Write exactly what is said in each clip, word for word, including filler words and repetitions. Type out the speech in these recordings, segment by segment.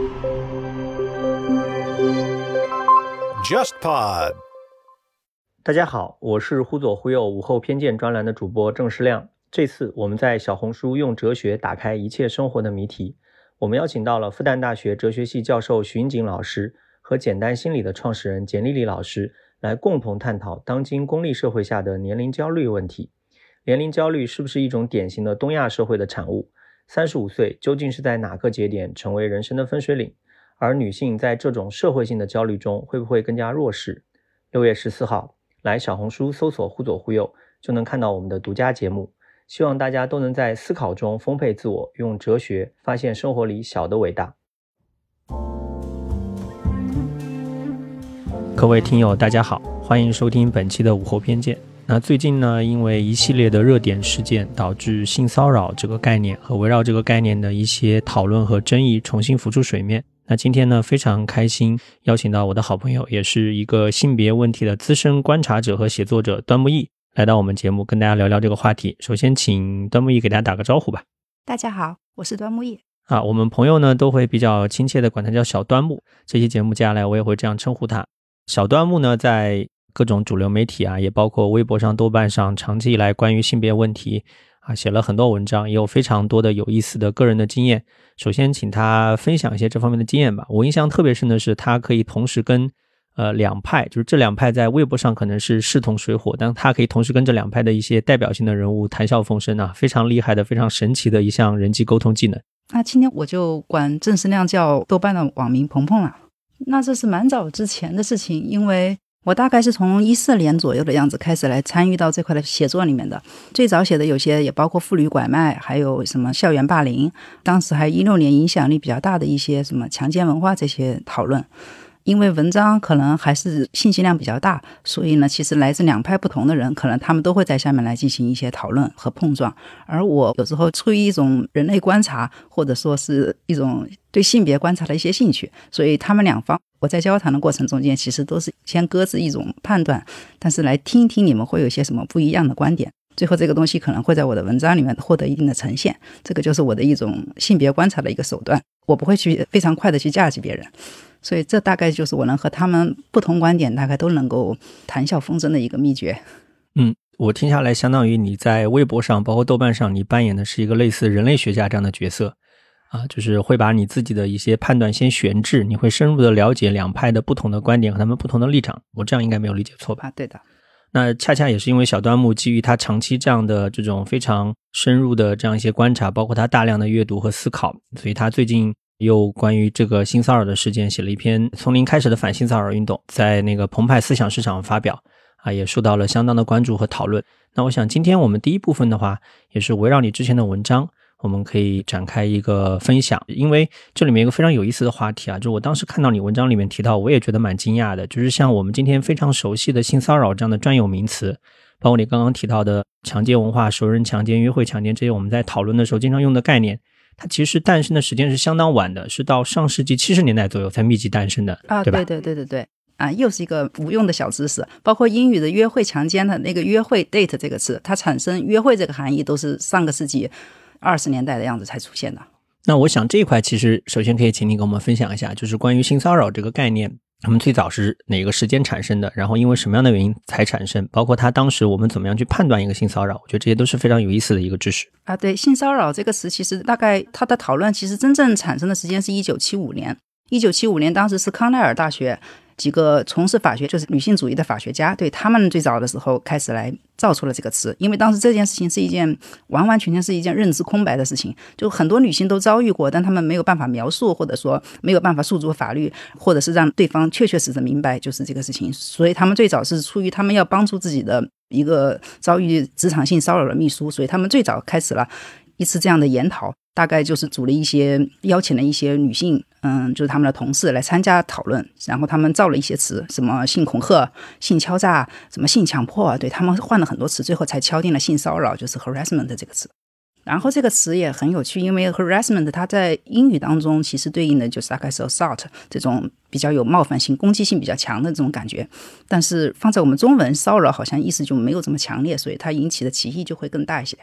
JustPod。 大家好，我是忽左忽右午后偏见专栏的主播郑世亮。这次我们在小红书用哲学打开一切生活的谜题，我们邀请到了复旦大学哲学系教授徐云锦老师和简单心理的创始人简丽丽老师来共同探讨当今功利社会下的年龄焦虑问题。年龄焦虑是不是一种典型的东亚社会的产物？三十五岁究竟是在哪个节点成为人生的分水岭？而女性在这种社会性的焦虑中会不会更加弱势？六月十四号来小红书搜索忽左忽右就能看到我们的独家节目，希望大家都能在思考中丰沛自我，用哲学发现生活里小的伟大。各位听友大家好，欢迎收听本期的午后偏见。那最近呢，因为一系列的热点事件，导致性骚扰这个概念和围绕这个概念的一些讨论和争议重新浮出水面。那今天呢，非常开心邀请到我的好朋友，也是一个性别问题的资深观察者和写作者端木毅来到我们节目，跟大家聊聊这个话题。首先请端木毅给大家打个招呼吧。 大家好，我是端木毅。 啊，我们朋友呢都会比较亲切的管他叫小端木，这期节目接下来我也会这样称呼他。小端木呢，在各种主流媒体啊，也包括微博上、豆瓣上，长期以来关于性别问题啊，写了很多文章，也有非常多的有意思的个人的经验。首先请他分享一些这方面的经验吧。我印象特别深的是，他可以同时跟呃两派，就是这两派在微博上可能是势同水火，但他可以同时跟这两派的一些代表性的人物谈笑风生啊，非常厉害的、非常神奇的一项人际沟通技能。 那今天我就管郑世亮叫豆瓣的网名鹏鹏了。那这是蛮早之前的事情，因为我大概是从一四年左右的样子开始来参与到这块的写作里面的。最早写的有些也包括妇女拐卖，还有什么校园霸凌，当时还一六年影响力比较大的一些什么强奸文化这些讨论。因为文章可能还是信息量比较大，所以呢，其实来自两派不同的人，可能他们都会在下面来进行一些讨论和碰撞。而我有时候出于一种人类观察，或者说是一种对性别观察的一些兴趣，所以他们两方我在交谈的过程中间，其实都是先搁置一种判断，但是来听一听你们会有一些什么不一样的观点。最后这个东西可能会在我的文章里面获得一定的呈现，这个就是我的一种性别观察的一个手段。我不会去非常快的去价值别人，所以这大概就是我能和他们不同观点大概都能够谈笑风生的一个秘诀。 嗯，我听下来相当于你在微博上包括豆瓣上，你扮演的是一个类似人类学家这样的角色啊，就是会把你自己的一些判断先悬置，你会深入的了解两派的不同的观点和他们不同的立场。我这样应该没有理解错吧？ 啊，对的。 那恰恰也是因为小端木基于他长期这样的这种非常深入的这样一些观察，包括他大量的阅读和思考，所以他最近又关于这个性骚扰的事件写了一篇从零开始的反性骚扰运动，在那个澎湃思想市场发表啊，也受到了相当的关注和讨论。那我想今天我们第一部分的话，也是围绕你之前的文章，我们可以展开一个分享。因为这里面有一个非常有意思的话题啊，就我当时看到你文章里面提到，我也觉得蛮惊讶的，就是像我们今天非常熟悉的性骚扰这样的专有名词，包括你刚刚提到的强奸文化、熟人强奸、约会强奸，这些我们在讨论的时候经常用的概念，它其实诞生的时间是相当晚的，是到上世纪七十年代左右才密集诞生的啊， 对吧？ 对对对对对啊，又是一个无用的小知识。包括英语的约会强奸的那个约会 date 这个词，它产生约会这个含义都是上个世纪二十年代的样子才出现的。 那我想这一块其实首先可以请你跟我们分享一下，就是关于性骚扰这个概念，他们最早是哪个时间产生的，然后因为什么样的原因才产生，包括他当时我们怎么样去判断一个性骚扰，我觉得这些都是非常有意思的一个知识啊。对，性骚扰这个词其实大概它的讨论其实真正产生的时间是一九七五年。一九七五年当时是康奈尔大学几个从事法学就是女性主义的法学家，对他们最早的时候开始来造出了这个词。因为当时这件事情是一件完完全全是一件认知空白的事情，就很多女性都遭遇过，但她们没有办法描述，或者说没有办法诉诸法律，或者是让对方确确实实明白就是这个事情。所以他们最早是出于他们要帮助自己的一个遭遇职场性骚扰的秘书，所以他们最早开始了一次这样的研讨，大概就是组了一些邀请了一些女性，嗯，就是他们的同事来参加讨论，然后他们造了一些词，什么性恐吓、性敲诈、什么性强迫，对，他们换了很多词，最后才敲定了性骚扰，就是 harassment 这个词。然后这个词也很有趣，因为 harassment 它在英语当中其实对应的就是大概是 assault 这种比较有冒犯性、攻击性比较强的这种感觉，但是放在我们中文骚扰好像意思就没有这么强烈，所以它引起的歧义就会更大一些。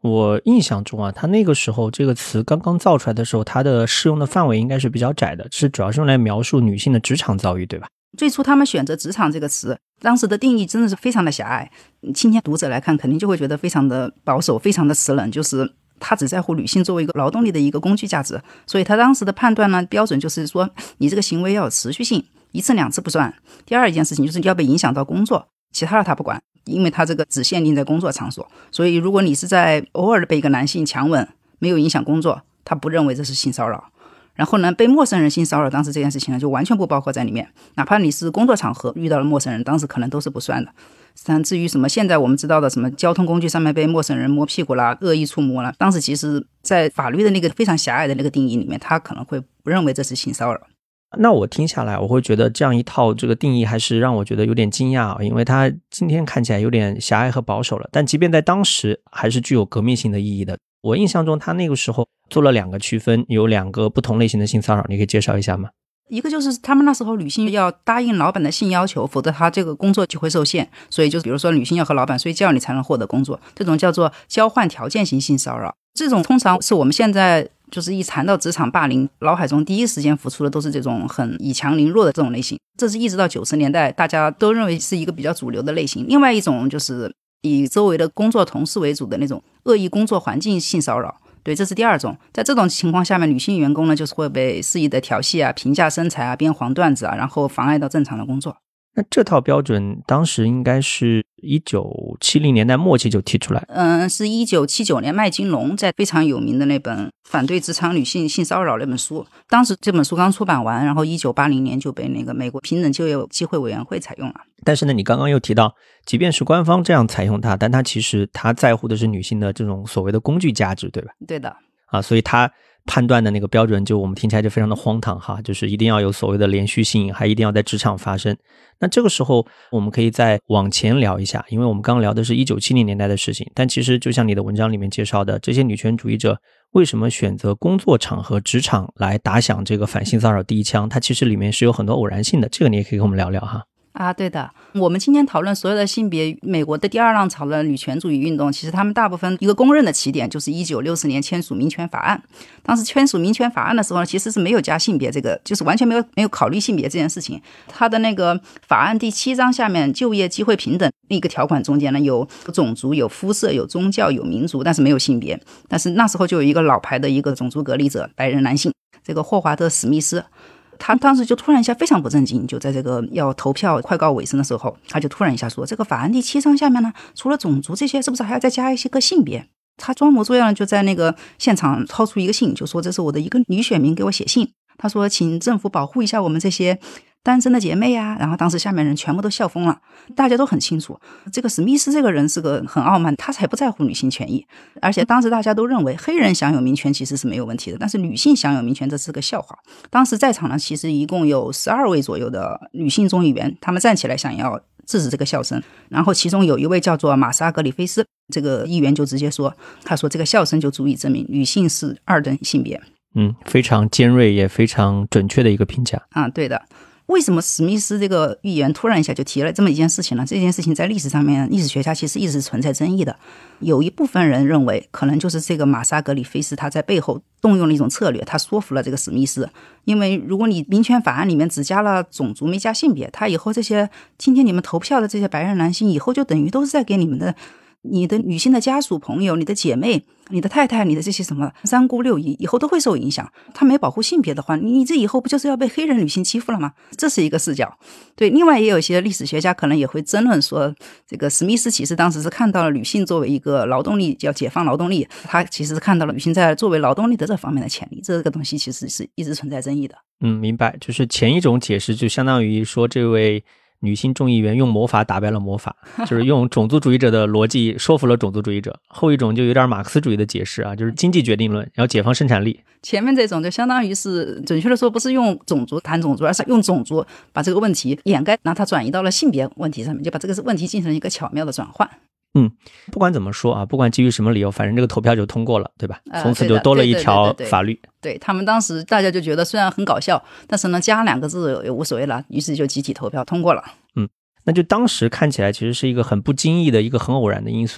我印象中啊，他那个时候这个词刚刚造出来的时候，它的适用的范围应该是比较窄的，是主要是用来描述女性的职场遭遇，对吧？ 最初他们选择职场这个词，当时的定义真的是非常的狭隘，今天读者来看肯定就会觉得非常的保守，非常的死冷，就是他只在乎女性作为一个劳动力的一个工具价值。所以他当时的判断呢，标准就是说你这个行为要有持续性，一次两次不算。第二一件事情就是要被影响到工作，其他的他不管，因为他这个只限定在工作场所。所以如果你是在偶尔被一个男性强吻，没有影响工作，他不认为这是性骚扰。然后呢，被陌生人性骚扰，当时这件事情呢就完全不包括在里面，哪怕你是工作场合遇到了陌生人，当时可能都是不算的。但至于什么现在我们知道的什么交通工具上面被陌生人摸屁股啦、恶意触摸啦，当时其实在法律的那个非常狭隘的那个定义里面，他可能会不认为这是性骚扰。 那我听下来，我会觉得这样一套这个定义还是让我觉得有点惊讶啊，因为它今天看起来有点狭隘和保守了，但即便在当时还是具有革命性的意义的。我印象中他那个时候做了两个区分，有两个不同类型的性骚扰，你可以介绍一下吗？ 一个就是他们那时候女性要答应老板的性要求，否则她这个工作就会受限，所以就比如说女性要和老板睡觉你才能获得工作，这种叫做交换条件型性骚扰。这种通常是我们现在就是一谈到职场霸凌，脑海中第一时间浮出的都是这种很以强凌弱的这种类型，这是一直到九十年代大家都认为是一个比较主流的类型。另外一种就是以周围的工作同事为主的那种恶意工作环境性骚扰，对，这是第二种。在这种情况下面，女性员工呢就是会被肆意的调戏啊、评价身材啊、编黄段子啊，然后妨碍到正常的工作。 那这套标准当时应该是一九七零年代末期就提出来， 嗯，是一九七九年麦金龙在非常有名的那本《反对职场女性性骚扰》那本书，当时这本书刚出版完，然后一九八零年就被那个美国平等就业机会委员会采用了。 但是呢，你刚刚又提到，即便是官方这样采用它，但它其实它在乎的是女性的这种所谓的工具价值，对吧？ 对的。 啊，所以它判断的那个标准就我们听起来就非常的荒唐哈，就是一定要有所谓的连续性，还一定要在职场发生。那这个时候我们可以再往前聊一下，因为我们刚刚聊的是一九七零年代的事情，但其实就像你的文章里面介绍的，这些女权主义者为什么选择工作场合职场来打响这个反性骚扰第一枪，它其实里面是有很多偶然性的，这个你也可以跟我们聊聊哈。 啊，对的，我们今天讨论所有的性别，美国的第二浪潮的女权主义运动，其实他们大部分一个公认的起点就是一九六四年签署民权法案。当时签署民权法案的时候呢，其实是没有加性别这个，就是完全没有没有考虑性别这件事情。他的那个法案第七章下面就业机会平等那个条款中间呢，有种族、有肤色、有宗教、有民族，但是没有性别。但是那时候就有一个老牌的一个种族隔离者，白人男性，这个霍华德·史密斯。他当时就突然一下非常不正经，就在这个要投票快告尾声的时候，他就突然一下说，这个法案第七章下面呢，除了种族这些，是不是还要再加一些个性别？他装模作样就在那个现场掏出一个信，就说这是我的一个女选民给我写信，他说请政府保护一下我们这些单身的姐妹呀、啊。然后当时下面人全部都笑疯了，大家都很清楚这个史密斯这个人是个很傲慢，他才不在乎女性权益。而且当时大家都认为黑人享有民权其实是没有问题的，但是女性享有民权这是个笑话。当时在场呢，其实一共有十二位左右的女性众议员，他们站起来想要制止这个笑声，然后其中有一位叫做玛莎·格里菲斯，这个议员就直接说，他说这个笑声就足以证明女性是二等性别。 嗯，非常尖锐也非常准确的一个评价啊，对的。为什么史密斯这个议员突然一下就提了这么一件事情呢？这件事情在历史上面，历史学家其实一直存在争议的。有一部分人认为，可能就是这个玛莎·格里菲斯他在背后动用了一种策略，他说服了这个史密斯。因为如果你民权法案里面只加了种族没加性别，他以后这些今天你们投票的这些白人男性，以后就等于都是在给你们的你的女性的家属朋友、你的姐妹、你的太太、你的这些什么三姑六姨，以后都会受影响。他没保护性别的话，你这以后不就是要被黑人女性欺负了吗？这是一个视角。对，另外也有一些历史学家可能也会争论说，这个史密斯其实当时是看到了女性作为一个劳动力，叫解放劳动力，他其实是看到了女性在作为劳动力的这方面的潜力。这个东西其实是一直存在争议的。 嗯，明白。就是前一种解释就相当于说这位女性众议员用魔法打败了魔法，就是用种族主义者的逻辑说服了种族主义者。后一种就有点马克思主义的解释啊，就是经济决定论，要解放生产力。 前面这种就相当于是准确的说不是用种族谈种族，而是用种族把这个问题掩盖，然后它转移到了性别问题上面，就把这个问题进行了一个巧妙的转换。 嗯，不管怎么说啊，不管基于什么理由，反正这个投票就通过了，对吧？ 呃、 从此就多了一条法律。 对, 对, 对, 对, 对, 对他们当时大家就觉得虽然很搞笑，但是呢加两个字也无所谓了，于是就集体投票通过了。 嗯，那就当时看起来其实是一个很不经意的一个很偶然的因素。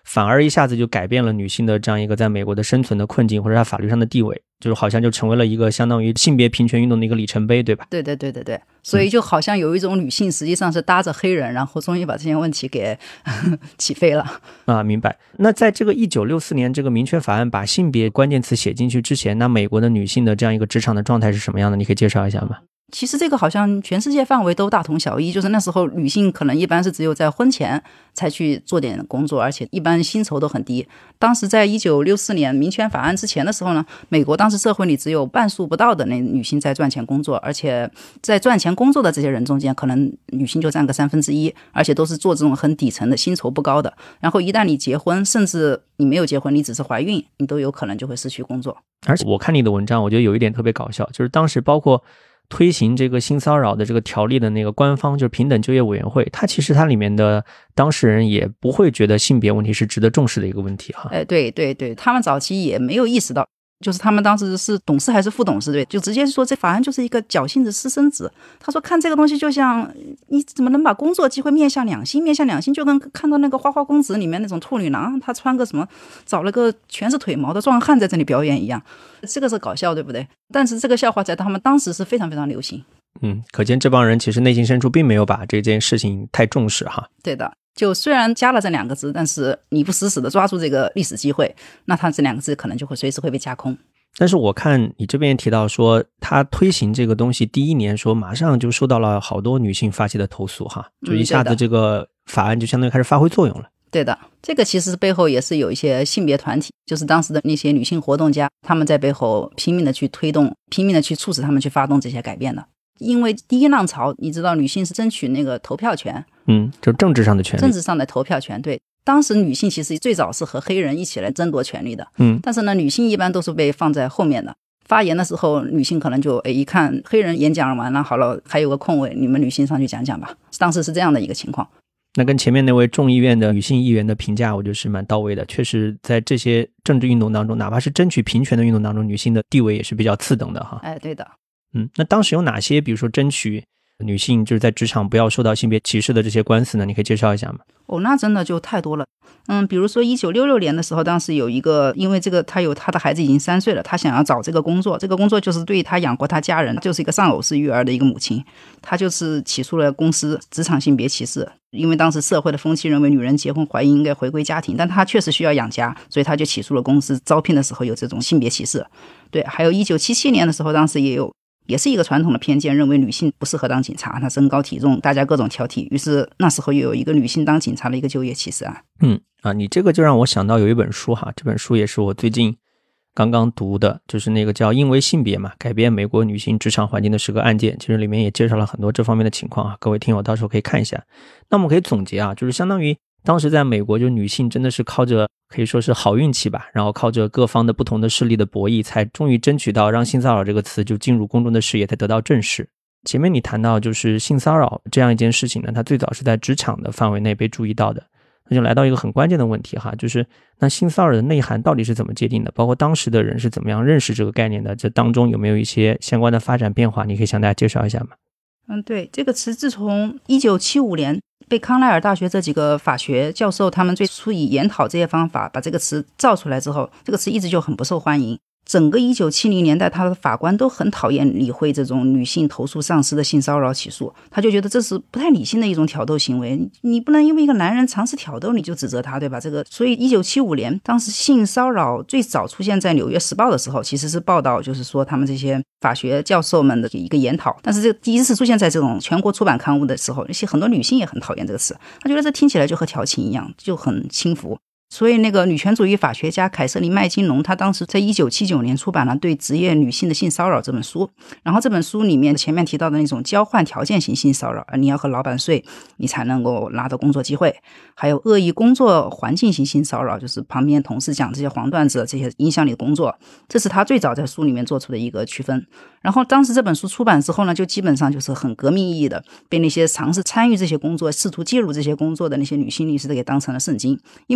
反而一下子就改变了女性的这样一个在美国的生存的困境，或者她法律上的地位，就是好像就成为了一个相当于性别平权运动的一个里程碑，对吧？ 对对对对对，所以就好像有一种女性实际上是搭着黑人，然后终于把这些问题给起飞了啊，明白。那在这个一九六四年这个民权法案把性别关键词写进去之前，那美国的女性的这样一个职场的状态是什么样的？你可以介绍一下吗？ 其实这个好像全世界范围都大同小异，就是那时候女性可能一般是只有在婚前才去做点工作，而且一般薪酬都很低。当时在一九六四年民权法案之前的时候呢，美国当时社会里只有半数不到的那女性在赚钱工作，而且在赚钱工作的这些人中间，可能女性就占个三分之一，而且都是做这种很底层的，薪酬不高的。然后一旦你结婚，甚至你没有结婚，你只是怀孕，你都有可能就会失去工作。 而且我看你的文章，我觉得有一点特别搞笑，就是当时包括推行这个性骚扰的这个条例的那个官方就是平等就业委员会，它其实它里面的当事人也不会觉得性别问题是值得重视的一个问题哈。 哎，对对对，他们早期也没有意识到，就是他们当时是董事还是副董事，对，就直接说这法案就是一个侥幸的私生子。他说看这个东西就像你怎么能把工作机会面向两性，面向两性就跟看到那个花花公子里面那种兔女郎，她穿个什么找了个全是腿毛的壮汉在这里表演一样，这个是搞笑对不对？但是这个笑话在他们当时是非常非常流行。 嗯，可见这帮人其实内心深处并没有把这件事情太重视哈。 对的，就虽然加了这两个字，但是你不死死的抓住这个历史机会，那他这两个字可能就会随时会被架空。 但是我看你这边提到说他推行这个东西第一年说马上就收到了好多女性发起的投诉哈，就一下子这个法案就相当于开始发挥作用了。 对的，这个其实背后也是有一些性别团体，就是当时的那些女性活动家，他们在背后拼命的去推动，拼命的去促使他们去发动这些改变的。因为第一浪潮你知道女性是争取那个投票权， 嗯，就政治上的权利， 政治上的投票权。对，当时女性其实最早是和黑人一起来争夺权利的， 嗯， 但是呢女性一般都是被放在后面的，发言的时候女性可能就诶一看黑人演讲完了，好了还有个空位，你们女性上去讲讲吧，当时是这样的一个情况。 那跟前面那位众议院的女性议员的评价我觉得是蛮到位的，确实在这些政治运动当中，哪怕是争取平权的运动当中，女性的地位也是比较次等的哈。 哎，对的。 嗯，那当时有哪些比如说争取女性就是在职场不要受到性别歧视的这些官司呢？你可以介绍一下吗？ 哦，那真的就太多了。嗯，比如说一九六六年的时候，当时有一个，因为这个他有他的孩子已经三岁了，他想要找这个工作，这个工作就是对他养活他家人，就是一个丧偶式育儿的一个母亲，他就是起诉了公司职场性别歧视，因为当时社会的风气认为女人结婚怀孕应该回归家庭，但他确实需要养家，所以他就起诉了公司招聘的时候有这种性别歧视。对，还有一九七七年的时候，当时也有。也是一个传统的偏见，认为女性不适合当警察，她身高体重大家各种挑剔，于是那时候又有一个女性当警察的一个就业歧视案。 嗯啊，你这个就让我想到有一本书哈，这本书也是我最近刚刚读的，就是那个叫《因为性别嘛改变美国女性职场环境的十个案件》，其实里面也介绍了很多这方面的情况啊，各位听友到时候可以看一下。那我们可以总结啊，就是相当于当时在美国，就女性真的是靠着可以说是好运气吧，然后靠着各方的不同的势力的博弈，才终于争取到让性骚扰这个词就进入公众的视野，才得到正视。前面你谈到就是性骚扰这样一件事情呢，它最早是在职场的范围内被注意到的，那就来到一个很关键的问题哈，就是那性骚扰的内涵到底是怎么界定的，包括当时的人是怎么样认识这个概念的，这当中有没有一些相关的发展变化，你可以向大家介绍一下吗？ 嗯，对，这个词自从一九七五年被康奈尔大学这几个法学教授他们最初以研讨这些方法把这个词造出来之后，这个词一直就很不受欢迎。整个一九七零年代他的法官都很讨厌理会这种女性投诉上司的性骚扰起诉，他就觉得这是不太理性的一种挑逗行为，你不能因为一个男人尝试挑逗你就指责他，对吧？这个，所以一九七五年当时性骚扰最早出现在纽约时报的时候，其实是报道就是说他们这些法学教授们的一个研讨，但是这第一次出现在这种全国出版刊物的时候，那些很多女性也很讨厌这个词，她觉得这听起来就和调情一样，就很轻浮。所以那个女权主义法学家凯瑟琳麦金龙，她当时在一九七九年出版了对职业女性的性骚扰这本书，然后这本书里面前面提到的那种交换条件型性骚扰，你要和老板睡你才能够拿到工作机会，还有恶意工作环境型性骚扰，就是旁边同事讲这些黄段子，这些影响你的工作，这是他最早在书里面做出的一个区分。然后当时这本书出版之后呢，就基本上就是很革命意义的被那些尝试参与这些工作试图介入这些工作的那些女性律师给当成了圣经，因为当时这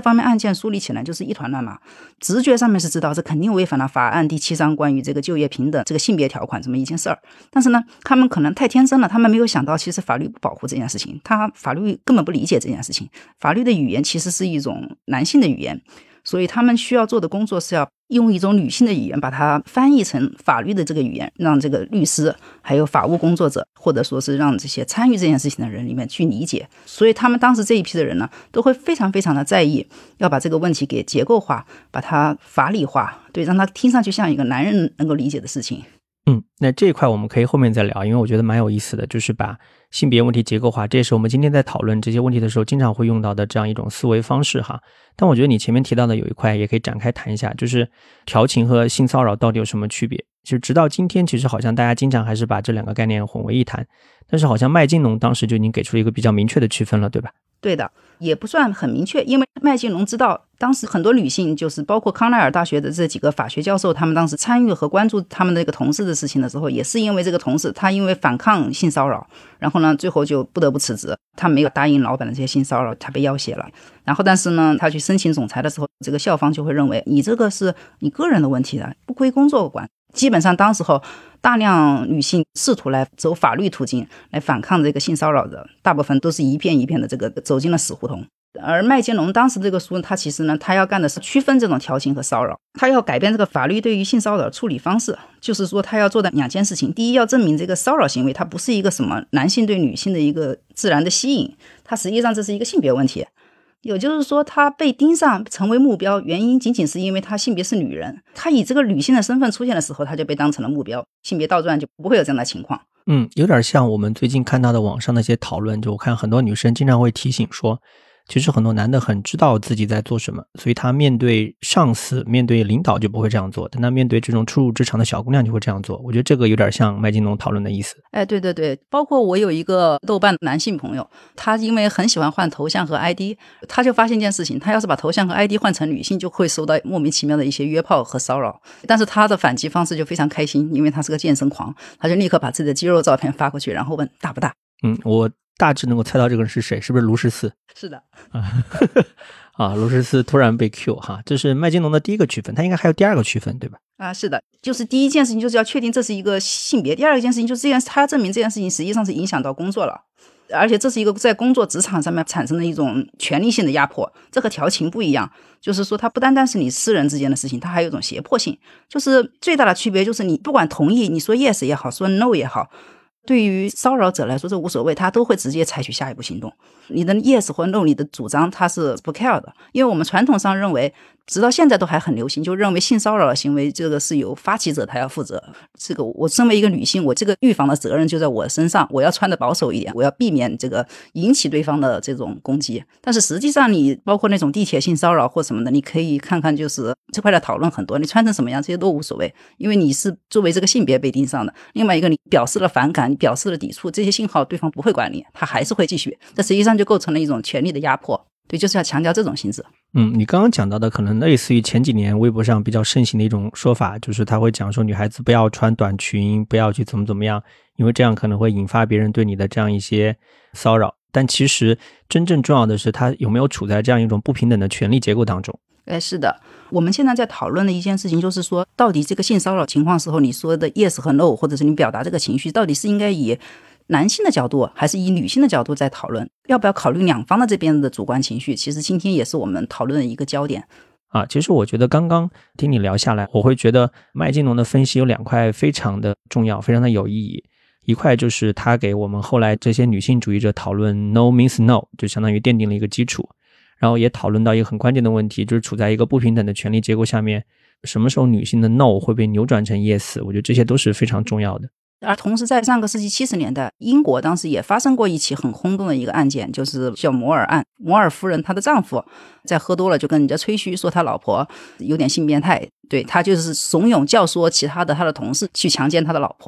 方面案件梳理起来就是一团乱麻，直觉上面是知道这肯定违反了法案第七章关于这个就业平等这个性别条款这么一件事儿，但是呢他们可能太天真了，他们没有想到其实法律不保护这件事情，他法律根本不理解这件事情，法律的语言其实是一种男性的语言，所以他们需要做的工作是要用一种女性的语言把它翻译成法律的这个语言，让这个律师还有法务工作者或者说是让这些参与这件事情的人里面去理解，所以他们当时这一批的人呢都会非常非常的在意要把这个问题给结构化，把它法理化，对，让它听上去像一个男人能够理解的事情。 嗯，那这一块我们可以后面再聊，因为我觉得蛮有意思的，就是把性别问题结构化，这也是我们今天在讨论这些问题的时候经常会用到的这样一种思维方式哈。但我觉得你前面提到的有一块也可以展开谈一下，就是调情和性骚扰到底有什么区别。其实直到今天，其实好像大家经常还是把这两个概念混为一谈，但是好像麦金龙当时就已经给出了一个比较明确的区分了，对吧？ 对的，也不算很明确，因为麦金龙知道当时很多女性，就是包括康奈尔大学的这几个法学教授，他们当时参与和关注他们这个同事的事情的时候，也是因为这个同事他因为反抗性骚扰，然后呢最后就不得不辞职，他没有答应老板的这些性骚扰，他被要挟了，然后但是呢他去申请总裁的时候，这个校方就会认为你这个是你个人的问题的，不归工作管。基本上当时候大量女性试图来走法律途径来反抗这个性骚扰的，大部分都是一片一片的这个走进了死胡同。而麦金龙当时这个书，他其实呢他要干的是区分这种调情和骚扰，他要改变这个法律对于性骚扰的处理方式，就是说他要做的两件事情，第一要证明这个骚扰行为它不是一个什么男性对女性的一个自然的吸引，它实际上这是一个性别问题，也就是说他被盯上成为目标原因仅仅是因为他性别是女人，他以这个女性的身份出现的时候他就被当成了目标，性别倒转就不会有这样的情况。 嗯，有点像我们最近看到的网上那些讨论，就我看很多女生经常会提醒说，其实很多男的很知道自己在做什么，所以他面对上司面对领导就不会这样做，但他面对这种初入职场的小姑娘就会这样做。我觉得这个有点像麦金龙讨论的意思。 哎，对对对，包括我有一个豆瓣男性朋友，他因为很喜欢换头像和 I D， 他就发现一件事情，他要是把头像和 I D 换成女性就会收到莫名其妙的一些约炮和骚扰，但是他的反击方式就非常开心，因为他是个健身狂，他就立刻把自己的肌肉照片发过去，然后问大不大。 嗯，我大致能够猜到这个人是谁，是不是卢十四？ 是的。 啊，卢十四突然被 Q 哈，这是麦金龙的第一个区分，他应该还有第二个区分，对吧？ 啊，是的，就是第一件事情就是要确定这是一个性别，第二件事情就是这件他要证明这件事情实际上是影响到工作了，而且这是一个在工作职场上面产生的一种权力性的压迫，这和调情不一样，就是说它不单单是你私人之间的事情，它还有一种胁迫性，就是最大的区别就是你不管同意，你说 yes 也好，说 no 也好，对于骚扰者来说这无所谓，他都会直接采取下一步行动，你的 yes 或 no 你的主张他是不 care 的，因为我们传统上认为直到现在都还很流行，就认为性骚扰的行为这个是由发起者他要负责，这个我身为一个女性，我这个预防的责任就在我身上，我要穿的保守一点，我要避免这个引起对方的这种攻击。但是实际上你包括那种地铁性骚扰或什么的，你可以看看就是这块的讨论很多，你穿成什么样这些都无所谓，因为你是作为这个性别被盯上的，另外一个你表示了反感，你表示了抵触，这些信号对方不会管你，他还是会继续，这实际上就构成了一种权力的压迫。对，就是要强调这种性质。 嗯，你刚刚讲到的可能类似于前几年微博上比较盛行的一种说法，就是他会讲说女孩子不要穿短裙，不要去怎么怎么样，因为这样可能会引发别人对你的这样一些骚扰。但其实真正重要的是他有没有处在这样一种不平等的权力结构当中。 哎，是的，我们现在在讨论的一件事情就是说，到底这个性骚扰情况时候，你说的 yes 和 no， 或者是你表达这个情绪，到底是应该以男性的角度还是以女性的角度在讨论，要不要考虑两方的这边的主观情绪，其实今天也是我们讨论的一个焦点啊。其实我觉得刚刚听你聊下来，我会觉得麦金龙的分析有两块非常的重要，非常的有意义。一块就是他给我们后来这些女性主义者讨论 no means no， 就相当于奠定了一个基础，然后也讨论到一个很关键的问题，就是处在一个不平等的权力结构下面，什么时候女性的 no 会被扭转成 yes， 我觉得这些都是非常重要的。 而同时在上个世纪七十年代，英国当时也发生过一起很轰动的一个案件，就是叫摩尔案。摩尔夫人她的丈夫在喝多了就跟人家吹嘘说他老婆有点性变态，对，他就是怂恿教唆其他的他的同事去强奸他的老婆。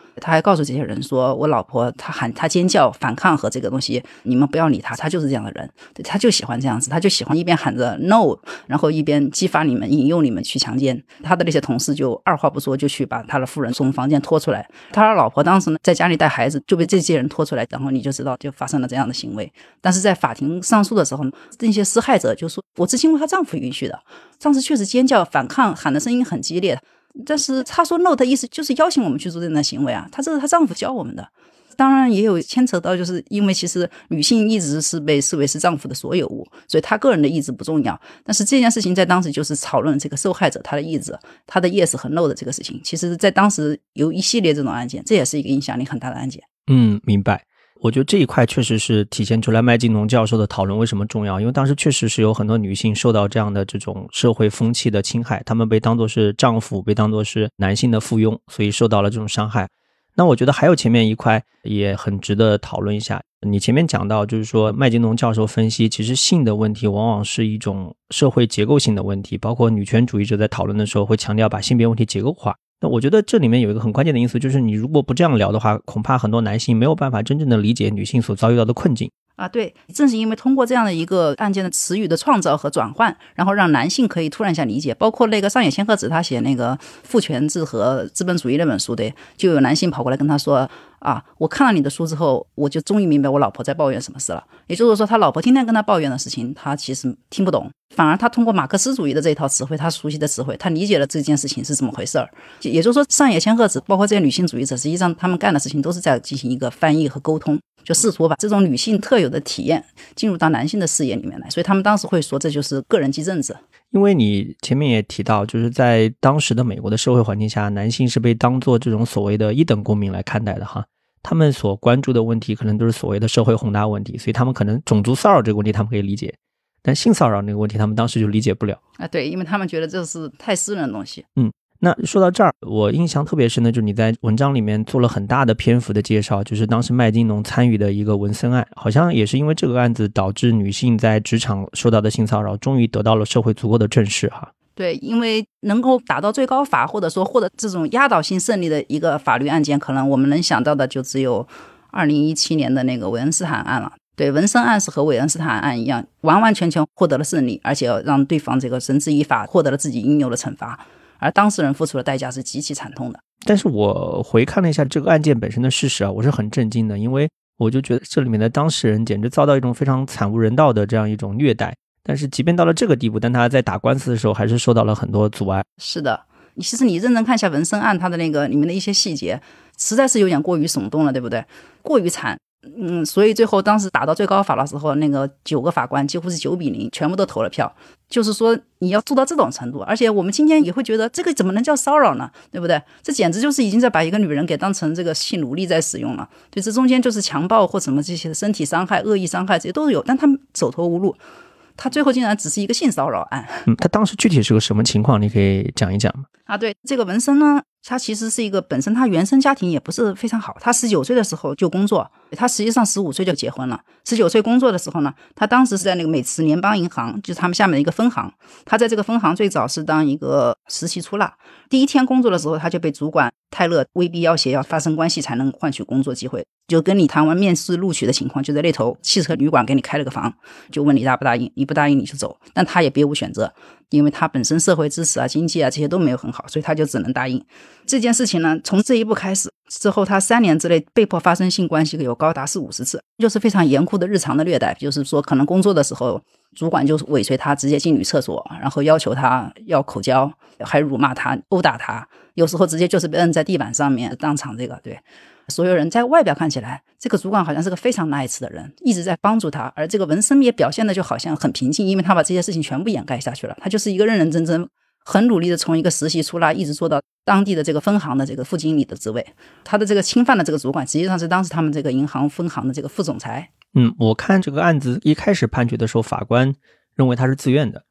他还告诉这些人说，我老婆她喊她尖叫反抗和这个东西，你们不要理她，她就是这样的人，对，她就喜欢这样子，她就喜欢一边喊着 no， 然后一边激发你们引诱你们去强奸。他的那些同事就二话不说就去把他的夫人从房间拖出来，他的老婆当时呢在家里带孩子就被这些人拖出来，然后你就知道就发生了这样的行为。但是在法庭上诉的时候，那些施害者就说我是经过她丈夫允许的，当时确实尖叫反抗喊的声音很激烈，但是她说 no 的意思就是邀请我们去做这样的行为啊，她这是她丈夫教我们的。当然也有牵扯到，就是因为其实女性一直是被视为是丈夫的所有物，所以她个人的意志不重要。但是这件事情在当时就是讨论这个受害者她的意志，她的 yes 和 no 的这个事情，其实在当时有一系列这种案件，这也是一个影响力很大的案件。 嗯，明白。我觉得这一块确实是体现出来麦金农教授的讨论为什么重要，因为当时确实是有很多女性受到这样的这种社会风气的侵害，她们被当作是丈夫，被当作是男性的附庸，所以受到了这种伤害。那我觉得还有前面一块也很值得讨论一下，你前面讲到就是说麦金农教授分析其实性的问题往往是一种社会结构性的问题，包括女权主义者在讨论的时候会强调把性别问题结构化。那我觉得这里面有一个很关键的因素，就是你如果不这样聊的话，恐怕很多男性没有办法真正的理解女性所遭遇到的困境啊，对，正是因为通过这样的一个案件的词语的创造和转换，然后让男性可以突然一下理解。包括那个上野千鹤子他写那个父权制和资本主义那本书的，就有男性跑过来跟他说啊，我看了你的书之后，我就终于明白我老婆在抱怨什么事了。也就是说他老婆天天跟他抱怨的事情他其实听不懂，反而他通过马克思主义的这一套词汇，他熟悉的词汇，他理解了这件事情是怎么回事儿。也就是说上野千鹤子包括这些女性主义者，实际上他们干的事情都是在进行一个翻译和沟通，就试图把这种女性特有的体验进入到男性的视野里面来，所以他们当时会说这就是个人即政治。 因为你前面也提到，就是在当时的美国的社会环境下，男性是被当作这种所谓的一等公民来看待的哈，他们所关注的问题可能都是所谓的社会宏大问题，所以他们可能种族骚扰这个问题他们可以理解，但性骚扰那个问题他们当时就理解不了啊，对，因为他们觉得这是太私人的东西。 嗯，那说到这儿，我印象特别深的就是你在文章里面做了很大的篇幅的介绍，就是当时麦金农参与的一个文森案，好像也是因为这个案子导致女性在职场受到的性骚扰终于得到了社会足够的正视哈。 对，因为能够打到最高法或者说获得这种压倒性胜利的一个法律案件，可能我们能想到的就只有二零一七年的那个韦恩斯坦案了。对，文森案是和韦恩斯坦案一样，完完全全获得了胜利，而且让对方这个绳之以法，获得了自己应有的惩罚，而当事人付出的代价是极其惨痛的。 但是我回看了一下这个案件本身的事实啊，我是很震惊的，因为我就觉得这里面的当事人简直遭到一种非常惨无人道的这样一种虐待，但是即便到了这个地步，但他在打官司的时候还是受到了很多阻碍。 是的，其实你认真看一下文森案它的那个里面的一些细节，实在是有点过于耸动了，对不对？过于惨。嗯，所以最后当时打到最高法的时候，那个九个法官几乎是九比零，全部都投了票。就是说你要做到这种程度，而且我们今天也会觉得这个怎么能叫骚扰呢？对不对？这简直就是已经在把一个女人给当成这个性奴隶在使用了。对，这中间就是强暴或什么这些身体伤害、恶意伤害这些都有，但他们走投无路。他最后竟然只是一个性骚扰案。 嗯，他当时具体是个什么情况？你可以讲一讲吗？ 啊，对，这个文森呢，他其实是一个本身他原生家庭也不是非常好，他十九岁的时候就工作，他实际上十五岁就结婚了。十九岁工作的时候呢，他当时是在那个美慈联邦银行，就是他们下面的一个分行。他在这个分行最早是当一个实习出纳，第一天工作的时候，他就被主管泰勒威逼要挟，要发生关系才能换取工作机会。就跟你谈完面试录取的情况，就在那头汽车旅馆给你开了个房，就问你答不答应，你不答应你就走。但他也别无选择，因为他本身社会支持啊、经济啊这些都没有很好，所以他就只能答应。这件事情呢，从这一步开始之后，他三年之内被迫发生性关系有高达四五十次，就是非常严酷的日常的虐待。就是说可能工作的时候主管就尾随他直接进女厕所，然后要求他要口交，还辱骂他、殴打他，有时候直接就是被摁在地板上面当场这个。对，所有人在外表看起来这个主管好像是个非常 nice 的人，一直在帮助他，而这个文森也表现的就好像很平静，因为他把这些事情全部掩盖下去了。他就是一个认认真真很努力的从一个实习出纳一直做到当地的这个分行的这个副经理的职位。他的这个侵犯的这个主管实际上是当时他们这个银行分行的这个副总裁。 嗯，我看这个案子一开始判决的时候，法官认为他是自愿的，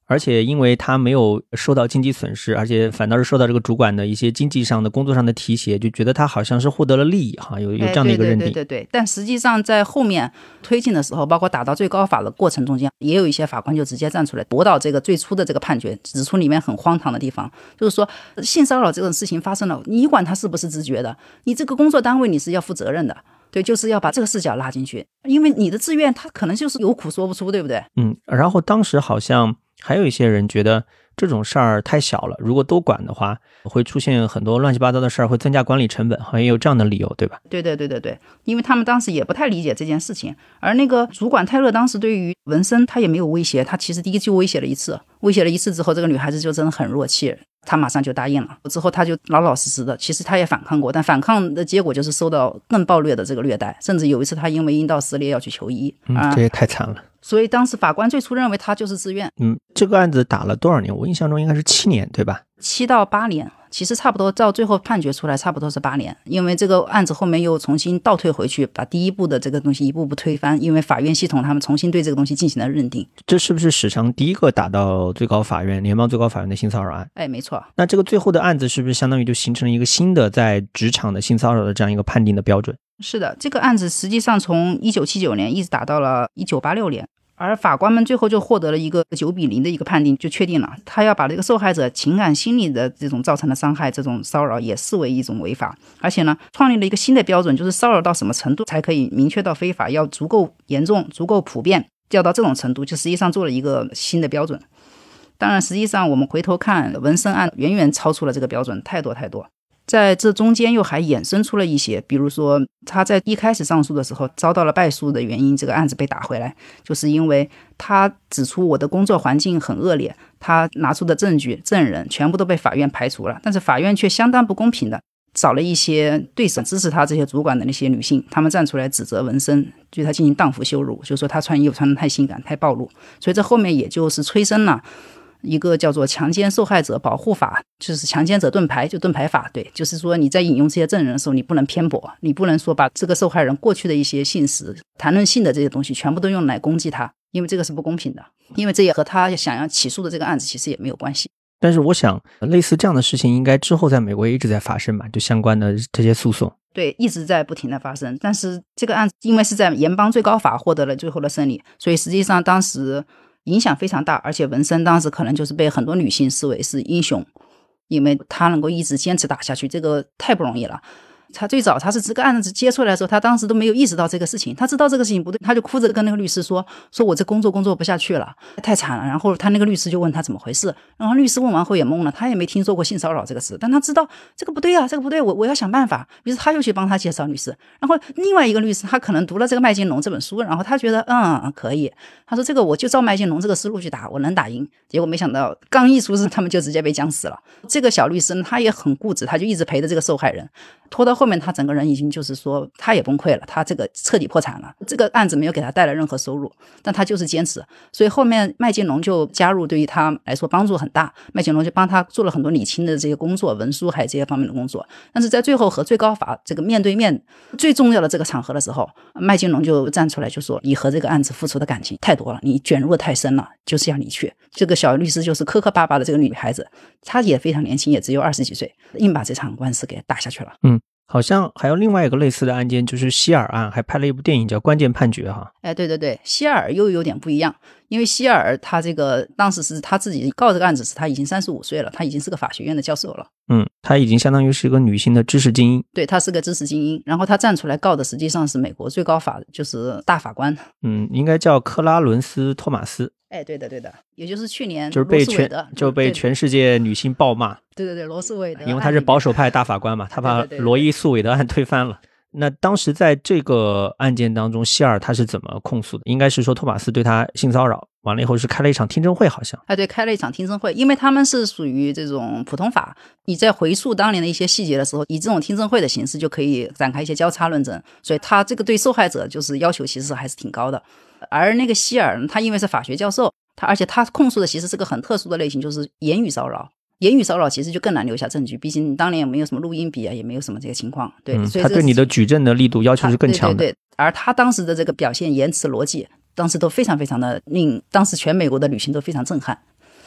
而且因为他没有受到经济损失，而且反倒是受到这个主管的一些经济上的工作上的提携，就觉得他好像是获得了利益哈，有有这样的一个认定。 哎、对对对对对。但实际上在后面推进的时候，包括打到最高法的过程中间，也有一些法官就直接站出来驳倒这个最初的这个判决，指出里面很荒唐的地方，就是说性骚扰这种事情发生了，你管他是不是自觉的，你这个工作单位你是要负责任的。对，就是要把这个视角拉进去，因为你的自愿他可能就是有苦说不出，对不对？ 嗯，然后当时好像还有一些人觉得这种事儿太小了，如果都管的话会出现很多乱七八糟的事儿，会增加管理成本，好像也有这样的理由，对吧？ 对对对对对，因为他们当时也不太理解这件事情，而那个主管泰勒当时对于文森他也没有威胁，他其实第一就威胁了一次，威胁了一次之后，这个女孩子就真的很弱气，他马上就答应了，之后他就老老实实的，其实他也反抗过，但反抗的结果就是受到更暴虐的这个虐待，甚至有一次他因为阴道撕裂要去求医。 嗯，这也太惨了。 所以当时法官最初认为他就是自愿。 嗯，这个案子打了多少年？我印象中应该是七年，对吧？ 七到八年，其实差不多到最后判决出来差不多是八年，因为这个案子后面又重新倒退回去，把第一步的这个东西一步步推翻，因为法院系统他们重新对这个东西进行了认定。 这是不是史上第一个打到最高法院、联邦最高法院的性骚扰案？ 哎，没错。 那这个最后的案子是不是相当于就形成了一个新的在职场的性骚扰的这样一个判定的标准？ 是的，这个案子实际上从一九七九年一直打到了一九八六年。而法官们最后就获得了一个九比零的一个判定，就确定了他要把这个受害者情感心理的这种造成的伤害，这种骚扰也视为一种违法，而且呢创立了一个新的标准，就是骚扰到什么程度才可以明确到非法，要足够严重足够普遍，要到这种程度，就实际上做了一个新的标准。当然实际上我们回头看文森案远远超出了这个标准，太多太多。在这中间又还衍生出了一些，比如说他在一开始上诉的时候遭到了败诉的原因，这个案子被打回来，就是因为他指出我的工作环境很恶劣，他拿出的证据证人全部都被法院排除了，但是法院却相当不公平的找了一些对手支持他这些主管的那些女性，他们站出来指责文森，对他进行荡妇羞辱，就说他穿衣服穿得太性感太暴露，所以这后面也就是催生了一个叫做强奸受害者保护法，就是强奸者盾牌，就盾牌法。对，就是说你在引用这些证人的时候，你不能偏颇，你不能说把这个受害人过去的一些信实谈论性的这些东西全部都用来攻击他，因为这个是不公平的，因为这也和他想要起诉的这个案子其实也没有关系。 但是我想类似这样的事情应该之后在美国也一直在发生吧，就相关的这些诉讼。 对，一直在不停的发生，但是这个案子因为是在联邦最高法获得了最后的胜利，所以实际上当时影响非常大，而且文森当时可能就是被很多女性视为是英雄，因为他能够一直坚持打下去，这个太不容易了。他最早他是这个案子接出来的时候，他当时都没有意识到这个事情，他知道这个事情不对，他就哭着跟那个律师说说我这工作工作不下去了，太惨了。然后他那个律师就问他怎么回事，然后律师问完后也懵了，他也没听说过性骚扰这个事，但他知道这个不对啊，这个不对，我我要想办法。于是他又去帮他介绍律师，然后另外一个律师他可能读了这个麦金龙这本书，然后他觉得嗯可以，他说这个我就照麦金龙这个思路去打，我能打赢。结果没想到刚一出事他们就直接被僵死了。这个小律师他也很固执，他就一直陪着这个受害人，拖到后面他整个人已经就是说他也崩溃了，他这个彻底破产了，这个案子没有给他带来任何收入，但他就是坚持，所以后面麦金龙就加入，对于他来说帮助很大，麦金龙就帮他做了很多理清的这些工作，文书还有这些方面的工作。但是在最后和最高法这个面对面最重要的这个场合的时候，麦金龙就站出来就说你和这个案子付出的感情太多了，你卷入的太深了，就是要你去。这个小律师就是磕磕巴巴的这个女孩子，她也非常年轻，也只有二十几岁，硬把这场官司给打下去了。 嗯，好像还有另外一个类似的案件，就是希尔案，还拍了一部电影叫《关键判决》哈。 哎，对对对，希尔又有点不一样，因为希尔他这个当时是他自己告这个案子时他已经三十五岁了，他已经是个法学院的教授了。 嗯，他已经相当于是一个女性的知识精英。 对，他是个知识精英，然后他站出来告的实际上是美国最高法，就是大法官。 嗯，应该叫克拉伦斯·托马斯。 哎，对的对的，也就是去年就是被全就被全世界女性暴骂。 对对对，罗斯韦德， 因为他是保守派大法官嘛，他把罗伊诉韦德案推翻了。那当时在这个案件当中，希尔他是怎么控诉的？应该是说托马斯对他性骚扰，完了以后是开了一场听证会，好像。 哎，对，开了一场听证会，因为他们是属于这种普通法，你在回溯当年的一些细节的时候，以这种听证会的形式就可以展开一些交叉论证，所以他这个对受害者就是要求其实还是挺高的。而那个希尔他因为是法学教授，他而且他控诉的其实是个很特殊的类型，就是言语骚扰。言语骚扰其实就更难留下证据，毕竟当年也没有什么录音笔啊，也没有什么这个情况。对， 嗯、 所以他对你的举证的力度要求是更强的。 对对对，而他当时的这个表现、言辞、逻辑，当时都非常非常的令当时全美国的女性都非常震撼。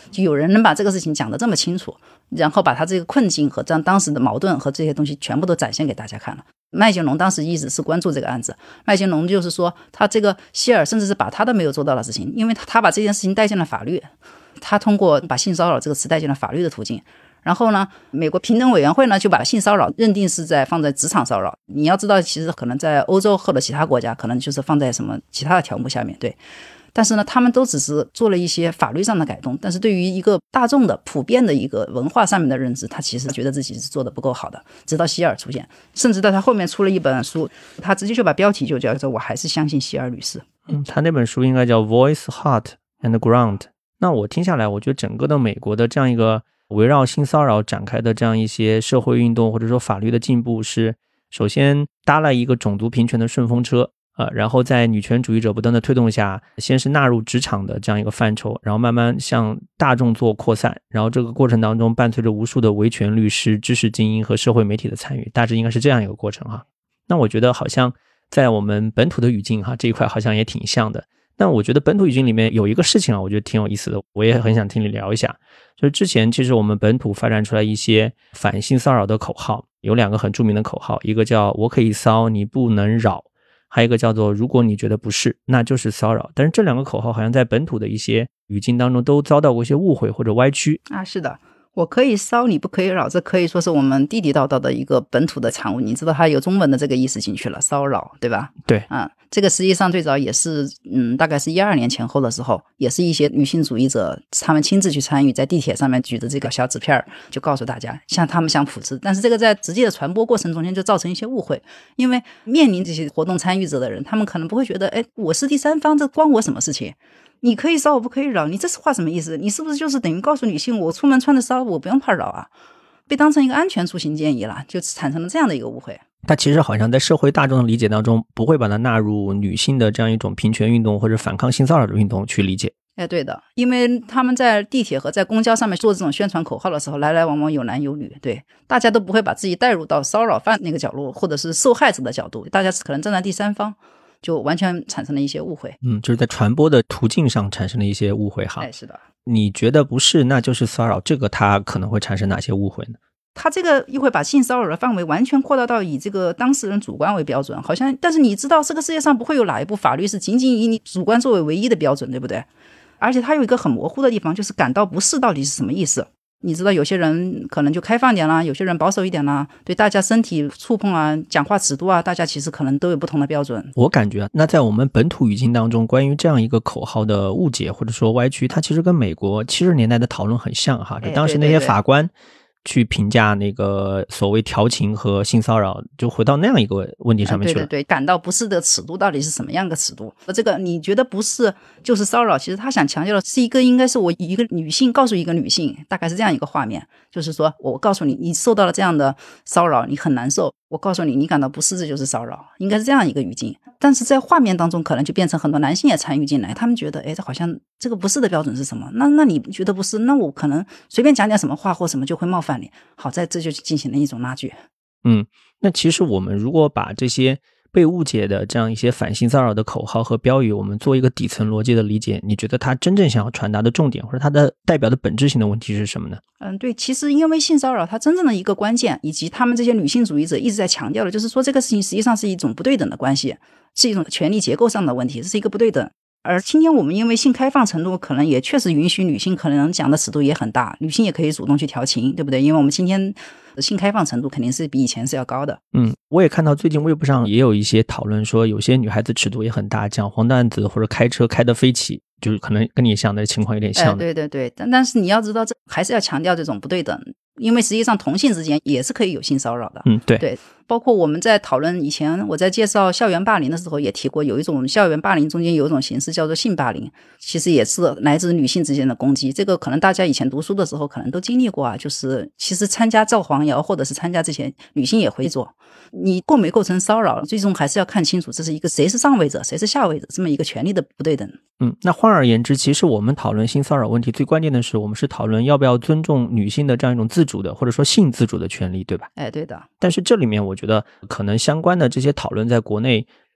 就有人能把这个事情讲得这么清楚，然后把他这个困境和当当时的矛盾和这些东西全部都展现给大家看了。麦金龙当时一直是关注这个案子，麦金龙就是说他这个希尔甚至是把他都没有做到的事情，因为他把这件事情带进了法律，他通过把性骚扰这个词带进了法律的途径。然后呢，美国平等委员会呢就把性骚扰认定是在放在职场骚扰。你要知道，其实可能在欧洲或者其他国家，可能就是放在什么其他的条目下面，对。但是呢，他们都只是做了一些法律上的改动，但是对于一个大众的普遍的一个文化上面的认知，他其实觉得自己是做的不够好的。直到希尔出现，甚至到他后面出了一本书，他直接就把标题就叫做我还是相信希尔女士。 嗯，他那本书应该叫 Voice, Heart and Ground。 那我听下来，我觉得整个的美国的这样一个围绕性骚扰展开的这样一些社会运动或者说法律的进步，是首先搭了一个种族平权的顺风车，呃，然后在女权主义者不断的推动下，先是纳入职场的这样一个范畴，然后慢慢向大众做扩散，然后这个过程当中伴随着无数的维权律师、知识精英和社会媒体的参与，大致应该是这样一个过程哈。那我觉得好像在我们本土的语境哈这一块好像也挺像的。但我觉得本土语境里面有一个事情啊，我觉得挺有意思的，我也很想听你聊一下。就是之前其实我们本土发展出来一些反性骚扰的口号，有两个很著名的口号，一个叫我可以骚你不能扰，还有一个叫做如果你觉得不是那就是骚扰。但是这两个口号好像在本土的一些语境当中都遭到过一些误会或者歪曲啊。是的，我可以骚你不可以扰，这可以说是我们地地道道的一个本土的产物。你知道它有中文的这个意思进去了，骚扰，对吧？ 对啊，这个实际上最早也是嗯，大概是一二年前后的时候，也是一些女性主义者他们亲自去参与，在地铁上面举着这个小纸片，就告诉大家像他们想普制。但是这个在直接的传播过程中间就造成一些误会，因为面临这些活动参与者的人，他们可能不会觉得哎，我是第三方，这关我什么事情，你可以骚我不可以扰，你这话什么意思？你是不是就是等于告诉女性我出门穿的骚我不用怕扰啊？被当成一个安全出行建议了，就产生了这样的一个误会。 它其实好像在社会大众的理解当中不会把它纳入女性的这样一种平权运动或者反抗性骚扰的运动去理解。 哎，对的，因为他们在地铁和在公交上面做这种宣传口号的时候，来来往往有男有女，对，大家都不会把自己带入到骚扰犯那个角度或者是受害者的角度，大家可能站在第三方，就完全产生了一些误会。 嗯，就是在传播的途径上产生了一些误会哈。 哎，是的。 你觉得不是那就是骚扰，这个它可能会产生哪些误会呢？ 他这个又会把性骚扰的范围完全扩大到以这个当事人主观为标准，好像但是你知道这个世界上不会有哪一部法律是仅仅以你主观作为唯一的标准，对不对？而且它有一个很模糊的地方，就是感到不适到底是什么意思。你知道有些人可能就开放点啦，有些人保守一点啦，对大家身体触碰啊、讲话尺度啊，大家其实可能都有不同的标准。 我感觉那在我们本土语境当中，关于这样一个口号的误解或者说歪曲，它其实跟美国七十年代的讨论很像哈。就当时那些法官去评价那个所谓调情和性骚扰，就回到那样一个问题上面去了。 对对对，感到不适的尺度到底是什么样的尺度？这个你觉得不适就是骚扰，其实他想强调的是一个应该是我一个女性告诉一个女性，大概是这样一个画面，就是说我告诉你你受到了这样的骚扰，你很难受，我告诉你你感到不适，这就是骚扰，应该是这样一个语境。但是在画面当中可能就变成很多男性也参与进来，他们觉得诶，这好像这个不适的标准是什么？那那你觉得不适，那我可能随便讲点什么话或什么就会冒犯你。好，在这就进行了一种拉锯。 嗯，那其实我们如果把这些被误解的这样一些反性骚扰的口号和标语，我们做一个底层逻辑的理解，你觉得它真正想要传达的重点或者它的代表的本质性的问题是什么呢？ 嗯，对，其实因为性骚扰它真正的一个关键，以及他们这些女性主义者一直在强调的，就是说这个事情实际上是一种不对等的关系，是一种权力结构上的问题，这是一个不对等。而今天我们因为性开放程度可能也确实允许女性可能讲的尺度也很大，女性也可以主动去调情，对不对？因为我们今天性开放程度肯定是比以前是要高的。 嗯，我也看到最近微博上也有一些讨论说，有些女孩子尺度也很大，讲黄段子或者开车开得飞起，就是可能跟你想的情况有点像的。 哎、对对对，但但是你要知道，这还是要强调这种不对等，因为实际上同性之间也是可以有性骚扰的。 嗯，对对，包括我们在讨论以前，我在介绍校园霸凌的时候也提过，有一种校园霸凌中间有一种形式叫做性霸凌，其实也是来自女性之间的攻击。这个可能大家以前读书的时候可能都经历过啊，就是其实参加造黄谣或者是参加这些女性也会做。你构没构成骚扰，最终还是要看清楚这是一个谁是上位者谁是下位者这么一个权力的不对等。 嗯，那换而言之，其实我们讨论性骚扰问题最关键的是我们是讨论要不要尊重女性的这样一种自主的或者说性自主的权利，对吧？ 哎，对的。 但是这里面我觉得可能相关的这些讨论在国内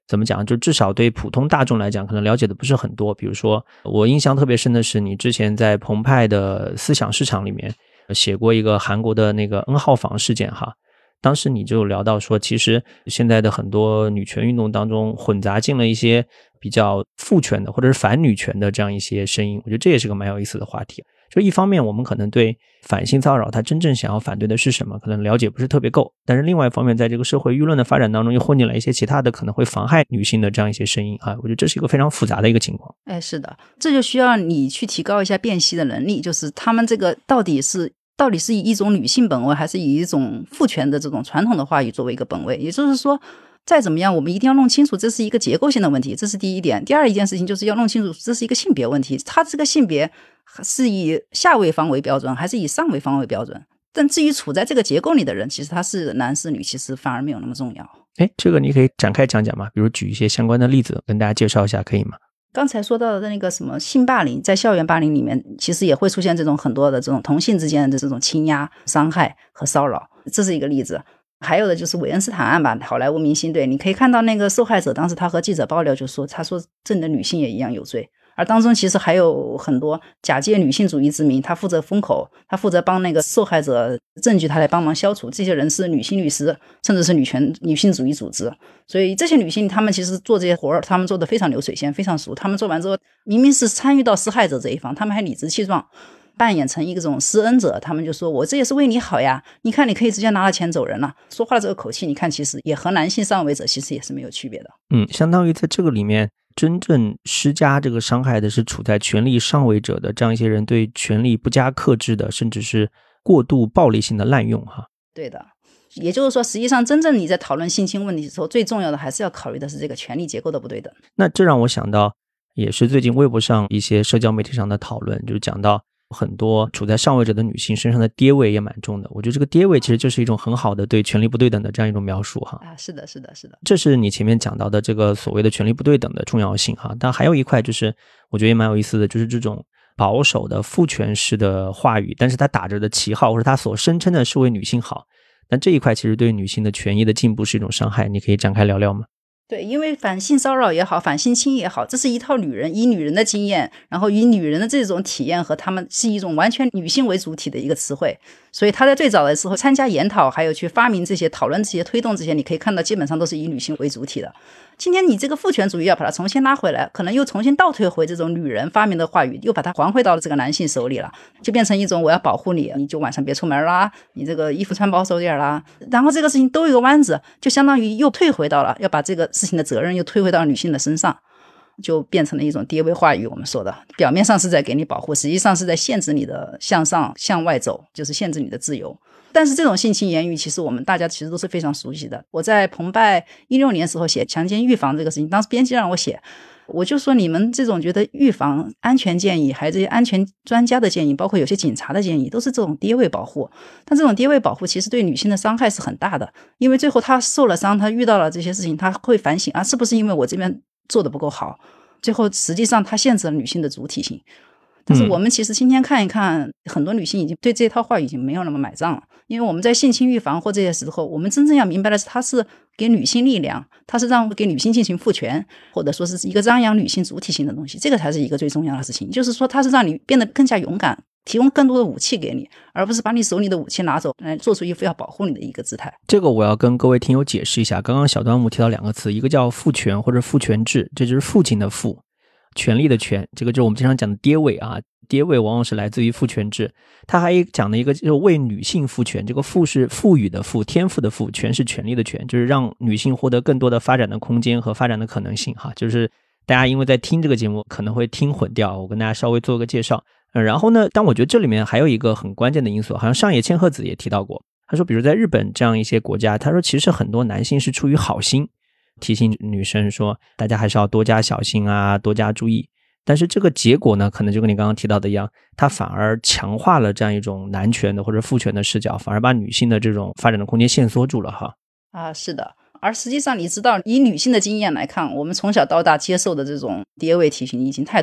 怎么讲，就至少对普通大众来讲可能了解的不是很多。比如说我印象特别深的是你之前在澎湃的思想市场里面写过一个韩国的那个 N 号房事件哈，当时你就聊到说其实现在的很多女权运动当中混杂进了一些比较父权的或者是反女权的这样一些声音，我觉得这也是个蛮有意思的话题。就一方面我们可能对反性骚扰它真正想要反对的是什么可能了解不是特别够，但是另外一方面在这个社会舆论的发展当中又混进来一些其他的可能会妨害女性的这样一些声音啊，我觉得这是一个非常复杂的一个情况。 哎，是的，这就需要你去提高一下辨析的能力，就是他们这个到底是到底是以一种女性本位还是以一种父权的这种传统的话语作为一个本位，也就是说再怎么样我们一定要弄清楚这是一个结构性的问题，这是第一点。第二一件事情就是要弄清楚这是一个性别问题，它这个性别是以下位方为标准还是以上位方为标准，但至于处在这个结构里的人其实他是男是女其实反而没有那么重要。 诶，这个你可以展开讲讲吗？比如举一些相关的例子跟大家介绍一下可以吗？ 刚才说到的那个什么性霸凌，在校园霸凌里面其实也会出现这种很多的这种同性之间的这种倾压伤害和骚扰，这是一个例子。还有的就是韦恩斯坦案吧，好莱坞明星，对，你可以看到那个受害者当时他和记者爆料就说，他说这里的女性也一样有罪，而当中其实还有很多假借女性主义之名，他负责封口，他负责帮那个受害者证据他来帮忙消除，这些人是女性律师甚至是女权女性主义组织，所以这些女性她们其实做这些活儿她们做得非常流水线非常熟，她们做完之后明明是参与到施害者这一方，她们还理直气壮扮演成一种施恩者，他们就说我这也是为你好呀，你看你可以直接拿了钱走人了，说话的这个口气你看其实也和男性上位者其实也是没有区别的。 嗯，相当于在这个里面真正施加这个伤害的是处在权力上位者的这样一些人对权力不加克制的甚至是过度暴力性的滥用哈。 对的，也就是说实际上真正你在讨论性侵问题的时候最重要的还是要考虑的是这个权力结构的不对等。 那这让我想到也是最近微博上一些社交媒体上的讨论，就讲到很多处在上位者的女性身上的爹味也蛮重的，我觉得这个爹味其实就是一种很好的对权力不对等的这样一种描述哈。 啊，是的是的是的， 这是你前面讲到的这个所谓的权力不对等的重要性哈。但还有一块就是我觉得也蛮有意思的，就是这种保守的父权式的话语，但是他打着的旗号或者他所声称的是为女性好，但这一块其实对女性的权益的进步是一种伤害，你可以展开聊聊吗？ 对，因为反性骚扰也好反性侵也好，这是一套女人以女人的经验然后以女人的这种体验和她们是一种完全女性为主体的一个词汇，所以她在最早的时候参加研讨还有去发明这些讨论这些推动这些，你可以看到基本上都是以女性为主体的。今天你这个父权主义要把它重新拉回来，可能又重新倒退回这种女人发明的话语，又把它还回到了这个男性手里了，就变成一种我要保护你，你就晚上别出门啦，你这个衣服穿保守点啦，然后这个事情兜一个弯子，就相当于又退回到了要把这个事情的责任又推回到女性的身上，就变成了一种爹味话语。我们说的表面上是在给你保护，实际上是在限制你的向上向外走，就是限制你的自由。但是这种性侵言语其实我们大家其实都是非常熟悉的。我在澎湃一六年时候写强奸预防这个事情，当时编辑让我写，我就说你们这种觉得预防安全建议还有这些安全专家的建议包括有些警察的建议都是这种爹味保护，但这种爹味保护其实对女性的伤害是很大的，因为最后她受了伤，她遇到了这些事情，她会反省啊，是不是因为我这边做的不够好，最后实际上她限制了女性的主体性。但是我们其实今天看一看，很多女性已经对这套话已经没有那么买账了，因为我们在性侵预防或这些时候，我们真正要明白的是它是给女性力量，它是让给女性进行赋权，或者说是一个张扬女性主体性的东西，这个才是一个最重要的事情，就是说它是让你变得更加勇敢，提供更多的武器给你，而不是把你手里的武器拿走来做出一副要保护你的一个姿态。 这个我要跟各位听友解释一下，刚刚小端木提到两个词，一个叫父权或者父权制，这就是父亲的父，权力的权，这个就是我们经常讲的爹味啊，爹味往往是来自于父权制。他还讲的一个就是为女性赋权，这个赋是赋予的赋，天赋的赋，权是权力的权，就是让女性获得更多的发展的空间和发展的可能性哈。就是大家因为在听这个节目可能会听混掉，我跟大家稍微做个介绍。呃、然后呢，但我觉得这里面还有一个很关键的因素，好像上野千鹤子也提到过，他说比如在日本这样一些国家，他说其实很多男性是出于好心提醒女生说大家还是要多加小心啊，多加注意，但是这个结果呢，可能就跟你刚刚提到的一样，它反而强化了这样一种男权的或者父权的视角，反而把女性的这种发展的空间限缩住了哈。 啊，是的。而实际上你知道，以女性的经验来看，我们从小到大接受的这种爹味体型已经太多了。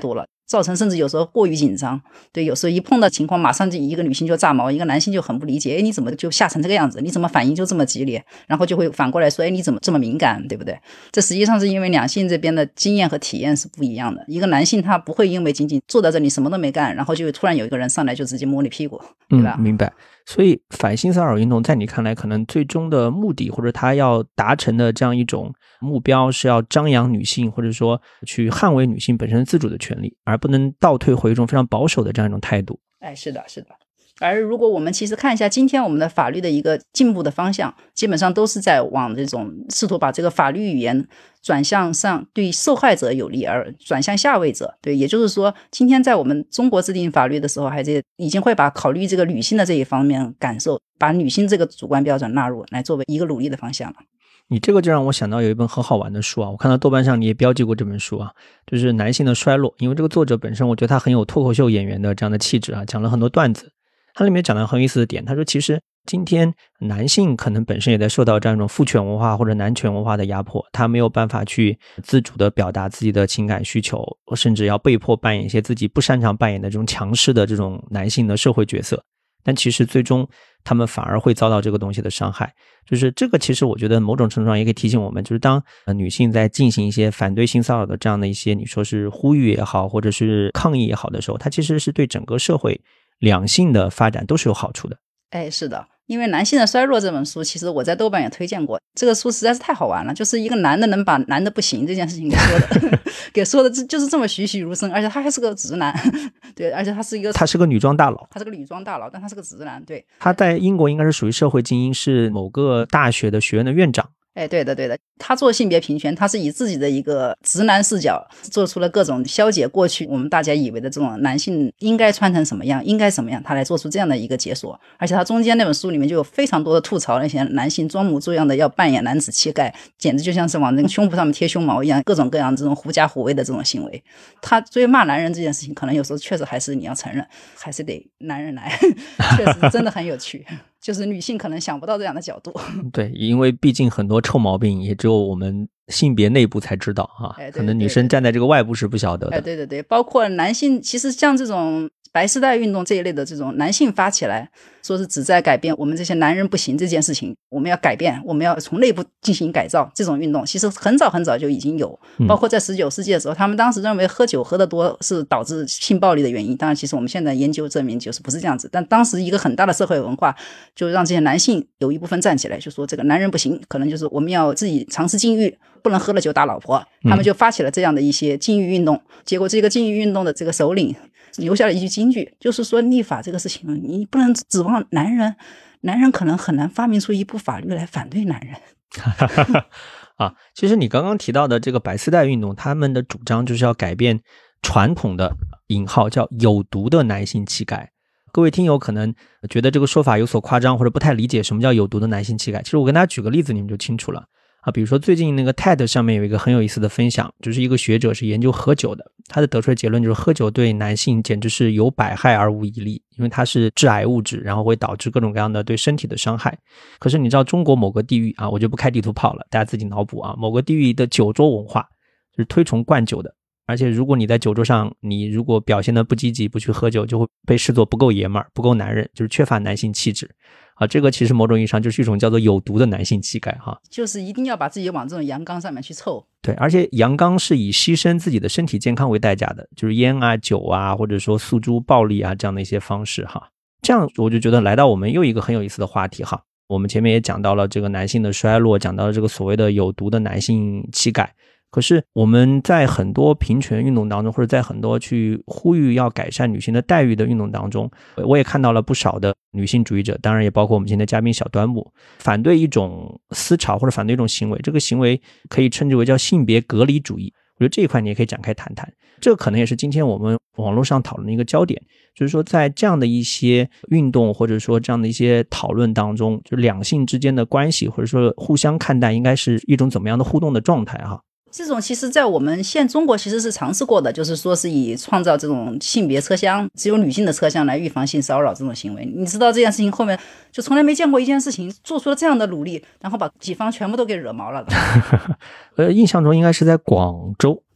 造成甚至有时候过于紧张。对，有时候一碰到情况，马上就一个女性就炸毛，一个男性就很不理解，哎，你怎么就吓成这个样子？你怎么反应就这么激烈？然后就会反过来说，哎，你怎么这么敏感，对不对？这实际上是因为两性这边的经验和体验是不一样的。一个男性他不会因为仅仅坐在这里什么都没干，然后就突然有一个人上来就直接摸你屁股，对吧？ 嗯，明白。所以反性骚扰运动在你看来可能最终的目的或者他要达成的这样一种目标是要张扬女性，或者说去捍卫女性本身自主的权利，而不能倒退回一种非常保守的这样一种态度。 哎，是的，是的。而如果我们其实看一下今天我们的法律的一个进步的方向，基本上都是在往这种试图把这个法律语言转向上对受害者有利，而转向下位者。对，也就是说今天在我们中国制定法律的时候，还是已经会把考虑这个女性的这一方面感受，把女性这个主观标准纳入来作为一个努力的方向了。 你这个就让我想到有一本很好玩的书啊，我看到豆瓣上你也标记过这本书啊，就是男性的衰落。因为这个作者本身我觉得他很有脱口秀演员的这样的气质啊，讲了很多段子。他里面讲到很有意思的点，他说其实今天男性可能本身也在受到这样一种父权文化或者男权文化的压迫，他没有办法去自主的表达自己的情感需求，甚至要被迫扮演一些自己不擅长扮演的这种强势的这种男性的社会角色。但其实最终他们反而会遭到这个东西的伤害。就是这个其实我觉得某种程度上也可以提醒我们，就是当女性在进行一些反对性骚扰的这样的一些你说是呼吁也好或者是抗议也好的时候，它其实是对整个社会两性的发展都是有好处的。 哎，是的。因为男性的衰落这本书其实我在豆瓣也推荐过，这个书实在是太好玩了，就是一个男的能把男的不行这件事情给说的给说的就是这么栩栩如生，而且他还是个直男。对，而且他是一个他是个女装大佬， 他是个女装大佬，但他是个直男。对， 他在英国应该是属于社会精英，是某个大学的学院的院长。 哎，对的对的，他做性别平权，他是以自己的一个直男视角做出了各种消解过去我们大家以为的这种男性应该穿成什么样应该什么样，他来做出这样的一个解说。而且他中间那本书里面就有非常多的吐槽那些男性装模作样的要扮演男子气概，简直就像是往那个胸脯上面贴胸毛一样，各种各样这种狐假虎威的这种行为。他所以骂男人这件事情可能有时候确实还是你要承认还是得男人来确实真的很有趣，就是女性可能想不到这样的角度。 对，因为毕竟很多臭毛病也只有我们性别内部才知道啊， 哎、对对对， 可能女生站在这个外部是不晓得的。 哎，对对对，包括男性，其实像这种白丝带运动这一类的这种男性发起来，说是旨在改变我们这些男人不行这件事情，我们要改变，我们要从内部进行改造，这种运动其实很早很早就已经有，包括在十九世纪的时候、嗯、他们当时认为喝酒喝得多是导致性暴力的原因，当然其实我们现在研究证明就是不是这样子，但当时一个很大的社会文化就让这些男性有一部分站起来，就说这个男人不行，可能就是我们要自己尝试禁欲，不能喝了酒打老婆，他们就发起了这样的一些禁欲运动、嗯、结果这个禁欲运动的这个首领留下了一句金句，就是说立法这个事情你不能指望男人，男人可能很难发明出一部法律来反对男人。 啊，其实你刚刚提到的这个白丝带运动，他们的主张就是要改变传统的引号叫有毒的男性气概。各位听友可能觉得这个说法有所夸张，或者不太理解什么叫有毒的男性气概，其实我跟大家举个例子你们就清楚了啊。比如说最近那个 TED 上面有一个很有意思的分享，就是一个学者是研究喝酒的，他的得出的结论就是喝酒对男性简直是有百害而无一利，因为它是致癌物质，然后会导致各种各样的对身体的伤害。可是你知道中国某个地域啊，我就不开地图炮了，大家自己脑补啊，某个地域的酒桌文化就是推崇灌酒的，而且如果你在酒桌上你如果表现得不积极不去喝酒，就会被视作不够爷们儿不够男人，就是缺乏男性气质啊，这个其实某种意义上就是一种叫做有毒的男性气概哈， 就是一定要把自己往这种阳刚上面去凑。 对，而且阳刚是以牺牲自己的身体健康为代价的，就是烟啊酒啊或者说诉诸暴力啊这样的一些方式哈。这样我就觉得来到我们又一个很有意思的话题哈，我们前面也讲到了这个男性的衰落，讲到了这个所谓的有毒的男性气概，可是我们在很多平权运动当中，或者在很多去呼吁要改善女性的待遇的运动当中，我也看到了不少的女性主义者，当然也包括我们今天的嘉宾小端木，反对一种思潮或者反对一种行为，这个行为可以称之为叫性别隔离主义。我觉得这一块你也可以展开谈谈，这个可能也是今天我们网络上讨论的一个焦点，就是说在这样的一些运动或者说这样的一些讨论当中，就两性之间的关系或者说互相看待应该是一种怎么样的互动的状态哈。 这种其实在我们现中国其实是尝试过的，就是说是以创造这种性别车厢，只有女性的车厢来预防性骚扰这种行为。你知道这件事情后面就从来没见过一件事情做出了这样的努力，然后把己方全部都给惹毛了的。 呃，印象中应该是在广州。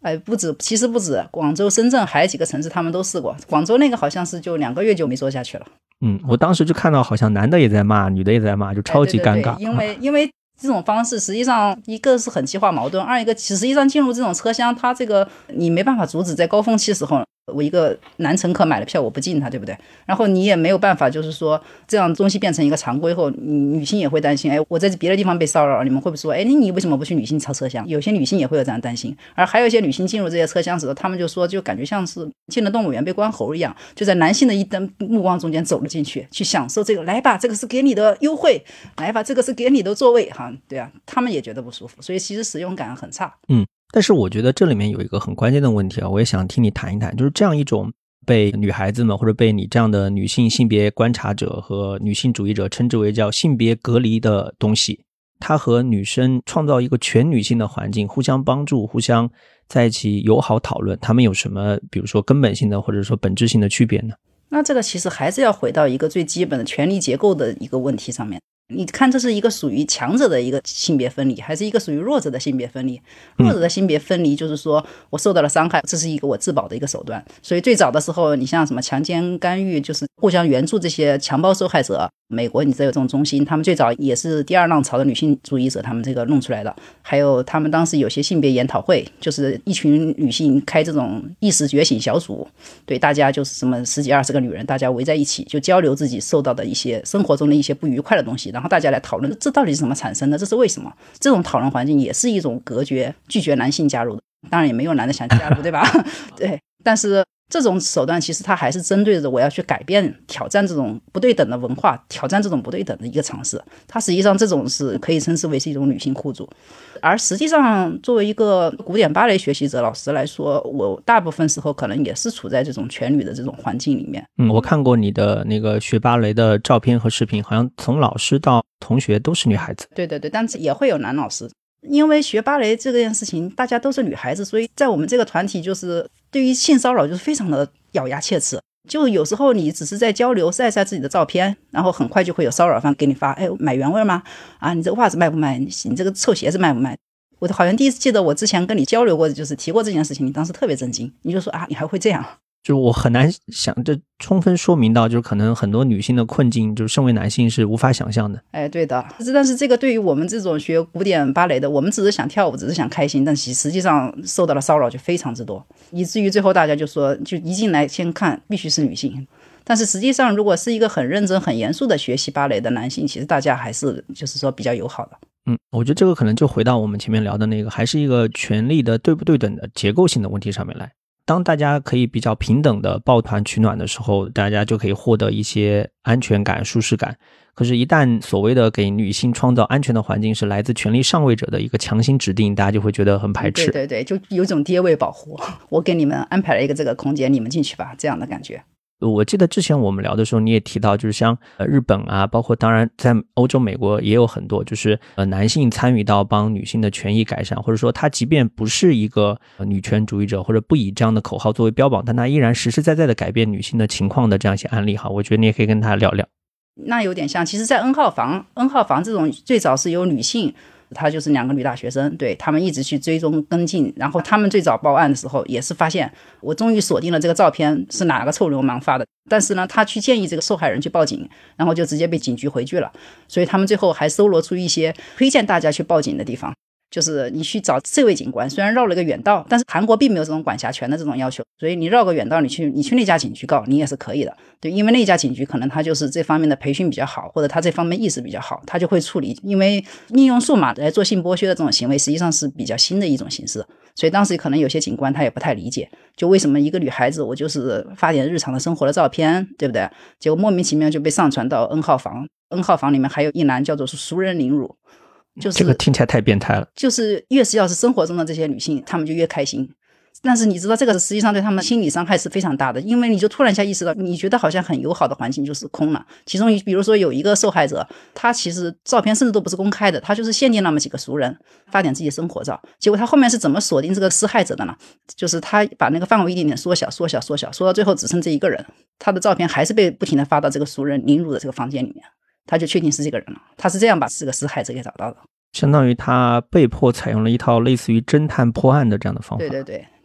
哎，不止，其实不止，广州、深圳还有几个城市他们都试过。广州那个好像是就两个月就没做下去了。 嗯，我当时就看到好像男的也在骂，女的也在骂，就超级尴尬。 哎、对对对因为因为这种方式实际上一个是很激化矛盾，二一个实际上进入这种车厢，它这个你没办法阻止，在高峰期时候。我一个男乘客买了票，我不进他，对不对？然后你也没有办法，就是说这样东西变成一个常规后，女性也会担心，哎，我在别的地方被骚扰，你们会不会说，哎，你为什么不去女性车车厢？有些女性也会有这样担心，而还有一些女性进入这些车厢时候，他们就说，就感觉像是进了动物园被关猴一样，就在男性的一灯目光中间走了进去，去享受这个，来吧，这个是给你的优惠，来吧，这个是给你的座位，哈，对啊，他们也觉得不舒服，所以其实使用感很差。 嗯。但是我觉得这里面有一个很关键的问题啊，我也想听你谈一谈，就是这样一种被女孩子们或者被你这样的女性性别观察者和女性主义者称之为叫性别隔离的东西，它和女生创造一个全女性的环境，互相帮助，互相在一起友好讨论，他们有什么比如说根本性的或者说本质性的区别呢？ 那这个其实还是要回到一个最基本的权力结构的一个问题上面。你看这是一个属于强者的一个性别分离，还是一个属于弱者的性别分离？弱者的性别分离就是说我受到了伤害，这是一个我自保的一个手段。所以最早的时候你像什么强奸干预，就是互相援助这些强暴受害者，美国你知道有这种中心，他们最早也是第二浪潮的女性主义者他们这个弄出来的。还有他们当时有些性别研讨会，就是一群女性开这种意识觉醒小组，对大家就是什么十几二十个女人，大家围在一起就交流自己受到的一些生活中的一些不愉快的东西，然后大家来讨论这到底是怎么产生的，这是为什么。这种讨论环境也是一种隔绝，拒绝男性加入的，当然也没有男的想加入对吧对，但是这种手段其实它还是针对着我要去改变挑战这种不对等的文化，挑战这种不对等的一个尝试，它实际上这种是可以称之为是一种女性互助。而实际上作为一个古典芭蕾学习者老师来说，我大部分时候可能也是处在这种全女的这种环境里面。 嗯，我看过你的那个学芭蕾的照片和视频，好像从老师到同学都是女孩子。 对对对，但是也会有男老师。因为学芭蕾这件事情大家都是女孩子，所以在我们这个团体就是对于性骚扰就是非常的咬牙切齿。就有时候你只是在交流晒晒自己的照片，然后很快就会有骚扰方给你发，哎，买原味吗？啊，你这个袜子卖不卖？你这个臭鞋子卖不卖？我好像第一次记得我之前跟你交流过，就是提过这件事情，你当时特别震惊，你就说啊，你还会这样？ 就是我很难想，这充分说明到就是可能很多女性的困境，就是身为男性是无法想象的。 哎，对的。但是这个对于我们这种学古典芭蕾的，我们只是想跳舞，只是想开心，但实际上受到的骚扰就非常之多，以至于最后大家就说，就一进来先看必须是女性。但是实际上如果是一个很认真很严肃的学习芭蕾的男性，其实大家还是就是说比较友好的。 嗯，我觉得这个可能就回到我们前面聊的那个，还是一个权力的对不对等的结构性的问题上面来。当大家可以比较平等的抱团取暖的时候，大家就可以获得一些安全感、舒适感。可是一旦所谓的给女性创造安全的环境是来自权力上位者的一个强行指定，大家就会觉得很排斥。 对对对，就有种爹位保护，我给你们安排了一个这个空间，你们进去吧，这样的感觉。 我记得之前我们聊的时候你也提到，就是像日本啊，包括当然在欧洲美国也有很多就是呃男性参与到帮女性的权益改善，或者说他即便不是一个女权主义者，或者不以这样的口号作为标榜，但他依然实实在在的改变女性的情况的这样一些案例哈，我觉得你也可以跟他聊聊。 那有点像，其实在 N 号房 N 号房这种最早是由女性，她就是两个女大学生，对，他们一直去追踪跟进，然后他们最早报案的时候也是发现，我终于锁定了这个照片是哪个臭流氓发的，但是呢他去建议这个受害人去报警，然后就直接被警局回拒了，所以他们最后还搜罗出一些推荐大家去报警的地方，就是你去找这位警官，虽然绕了个远道，但是韩国并没有这种管辖权的这种要求，所以你绕个远道，你去你去那家警局告你也是可以的，对，因为那家警局可能他就是这方面的培训比较好，或者他这方面意识比较好，他就会处理。因为利用数码来做性剥削的这种行为实际上是比较新的一种形式，所以当时可能有些警官他也不太理解，就为什么一个女孩子我就是发点日常的生活的照片，对不对？结果莫名其妙就被上传到 N 号房 N 号房里面还有一栏叫做熟人凌辱，就是这个听起来太变态了。 就是越是要是生活中的这些女性，她们就越开心。但是你知道这个实际上对她们心理伤害是非常大的，因为你就突然一下意识到，你觉得好像很友好的环境就是空了。其中比如说有一个受害者，他其实照片甚至都不是公开的，他就是限定那么几个熟人发点自己生活照，结果他后面是怎么锁定这个施害者的呢？就是他把那个范围一点点缩小缩小缩小，缩到最后只剩这一个人，他的照片还是被不停的发到这个熟人凌辱的这个房间里面，他就确定是这个人了。他是这样把这个施害者给找到的， 相当于他被迫采用了一套类似于侦探破案的这样的方法。 对对对，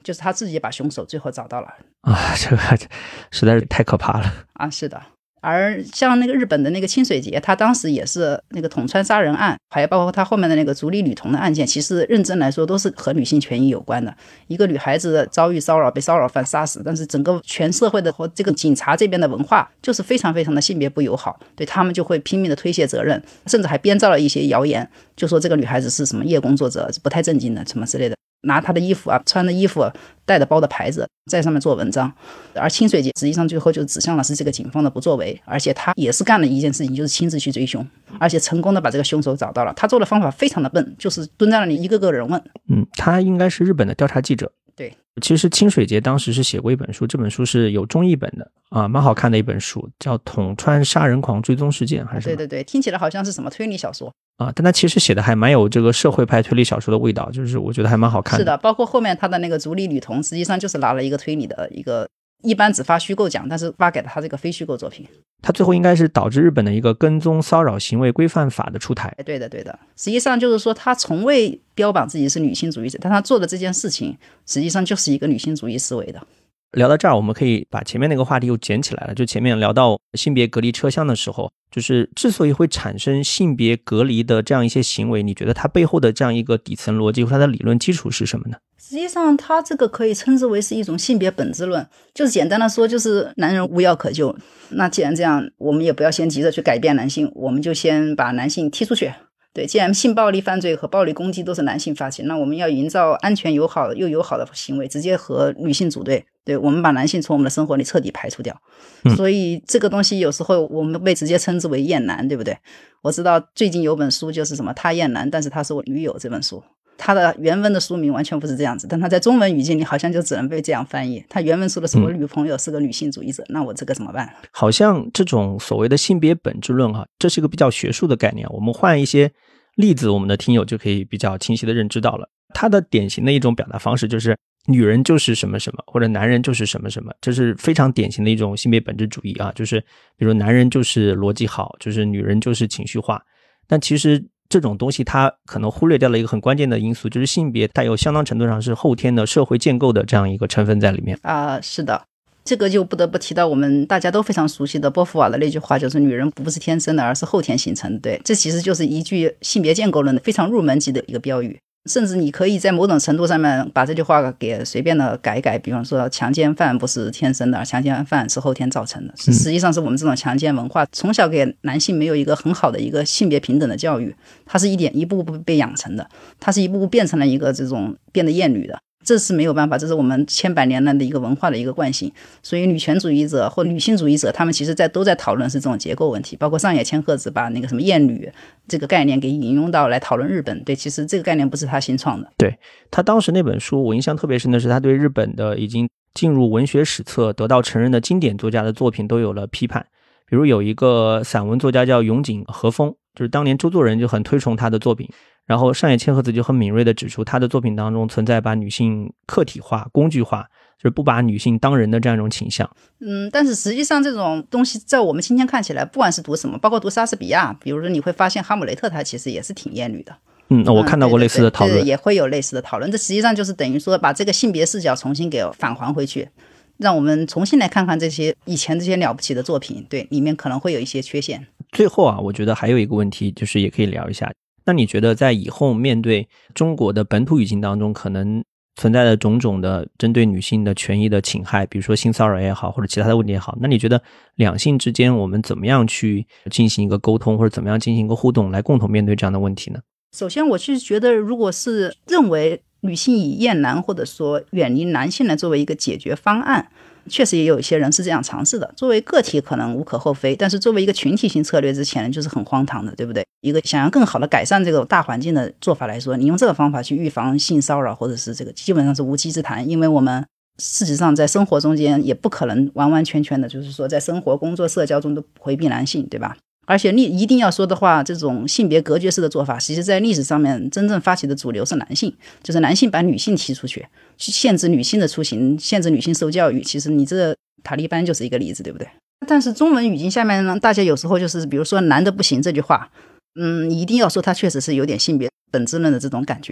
就是他自己把凶手最后找到了啊，这个实在是太可怕了啊！是的。而像那个日本的那个清水节，他当时也是那个捅川杀人案，还有包括他后面的那个足利女童的案件，其实认真来说都是和女性权益有关的。一个女孩子遭遇骚扰，被骚扰犯杀死，但是整个全社会的和这个警察这边的文化就是非常非常的性别不友好，对他们就会拼命的推卸责任，甚至还编造了一些谣言，就说这个女孩子是什么夜工作者，不太正经的什么之类的，拿她的衣服啊，穿的衣服啊，带的包的牌子在上面做文章。而清水节实际上最后就指向了是这个警方的不作为，而且他也是干了一件事情，就是亲自去追凶，而且成功的把这个凶手找到了。他做的方法非常的笨，就是蹲在那里一个个人问。 嗯，他应该是日本的调查记者。 对， 其实清水节当时是写过一本书，这本书是有中译本的啊，蛮好看的一本书，叫《捅川杀人狂追踪事件》还是什么？ 对对对，听起来好像是什么推理小说啊，但他其实写的还蛮有这个社会派推理小说的味道，就是我觉得还蛮好看的。 是的，包括后面他的那个足利女童，实际上就是拿了一个推理的一个，一般只发虚构奖，但是发给了他这个非虚构作品。 他最后应该是导致日本的一个跟踪骚扰行为规范法的出台。 对的对的，实际上就是说他从未标榜自己是女性主义者，但他做的这件事情实际上就是一个女性主义思维的。 聊到这儿，我们可以把前面那个话题又捡起来了。就前面聊到性别隔离车厢的时候，就是之所以会产生性别隔离的这样一些行为，你觉得它背后的这样一个底层逻辑和它的理论基础是什么呢？ 实际上它这个可以称之为是一种性别本质论，就是简单的说就是男人无药可救。那既然这样，我们也不要先急着去改变男性，我们就先把男性踢出去。对，既然性暴力犯罪和暴力攻击都是男性发起，那我们要营造安全友好又友好的行为，直接和女性组队。对，我们把男性从我们的生活里彻底排除掉。 嗯、 所以这个东西有时候我们被直接称之为厌男，对不对？我知道最近有本书就是什么他厌男，但是他是我女友这本书，它的原文的书名完全不是这样子，但它在中文语境里好像就只能被这样翻译。它原文说的是我女朋友是个女性主义者、嗯、那我这个怎么办？ 好像这种所谓的性别本质论哈，这是一个比较学术的概念，我们换一些例子，我们的听友就可以比较清晰的认知到了。它的典型的一种表达方式就是女人就是什么什么，或者男人就是什么什么，这是非常典型的一种性别本质主义啊，就是比如男人就是逻辑好，就是女人就是情绪化。但其实这种东西它可能忽略掉了一个很关键的因素，就是性别带有相当程度上是后天的社会建构的这样一个成分在里面啊、呃，是的。这个就不得不提到我们大家都非常熟悉的波伏娃的那句话，就是女人不是天生的，而是后天形成的。对，这其实就是一句性别建构论的非常入门级的一个标语，甚至你可以在某种程度上面把这句话给随便的改一改，比方说强奸犯不是天生的，而强奸犯是后天造成的。实际上是我们这种强奸文化从小给男性没有一个很好的一个性别平等的教育，它是一点一步步被养成的，它是一步步变成了一个这种变得厌女的。这是没有办法，这是我们千百年来的一个文化的一个惯性。所以女权主义者或女性主义者他们其实在都在讨论是这种结构问题，包括上野千鹤子把那个什么厌女这个概念给引用到来讨论日本。对，其实这个概念不是他新创的。 对，他当时那本书我印象特别深的是他对日本的已经进入文学史册得到承认的经典作家的作品都有了批判。比如有一个散文作家叫永井和风，就是当年周作人就很推崇他的作品，然后上野千鹤子就很敏锐地指出他的作品当中存在把女性客体化工具化，就是不把女性当人的这样一种倾向。 嗯，但是实际上这种东西在我们今天看起来，不管是读什么，包括读莎士比亚，比如说你会发现哈姆雷特他其实也是挺厌女的。 嗯，我看到过类似的讨论、 嗯、对对对，也会有类似的讨论。这实际上就是等于说把这个性别视角重新给返还回去，让我们重新来看看这些以前这些了不起的作品，对，里面可能会有一些缺陷。 最后啊，我觉得还有一个问题就是也可以聊一下，那你觉得在以后面对中国的本土语境当中可能存在的种种的针对女性的权益的侵害，比如说性骚扰也好或者其他的问题也好，那你觉得两性之间我们怎么样去进行一个沟通，或者怎么样进行一个互动来共同面对这样的问题呢？ 首先我是觉得如果是认为女性以厌男或者说远离男性来作为一个解决方案，确实也有一些人是这样尝试的，作为个体可能无可厚非，但是作为一个群体性策略之前就是很荒唐的，对不对？一个想要更好的改善这个大环境的做法来说，你用这个方法去预防性骚扰或者是这个基本上是无稽之谈，因为我们事实上在生活中间也不可能完完全全的就是说在生活工作社交中都回避男性，对吧？而且你一定要说的话，这种性别隔绝式的做法其实在历史上面真正发起的主流是男性，就是男性把女性踢出去，去限制女性的出行，限制女性受教育。其实你这塔利班就是一个例子，对不对？但是中文语境下面呢，大家有时候就是比如说男的不行这句话，嗯，你一定要说它确实是有点性别本质论的这种感觉，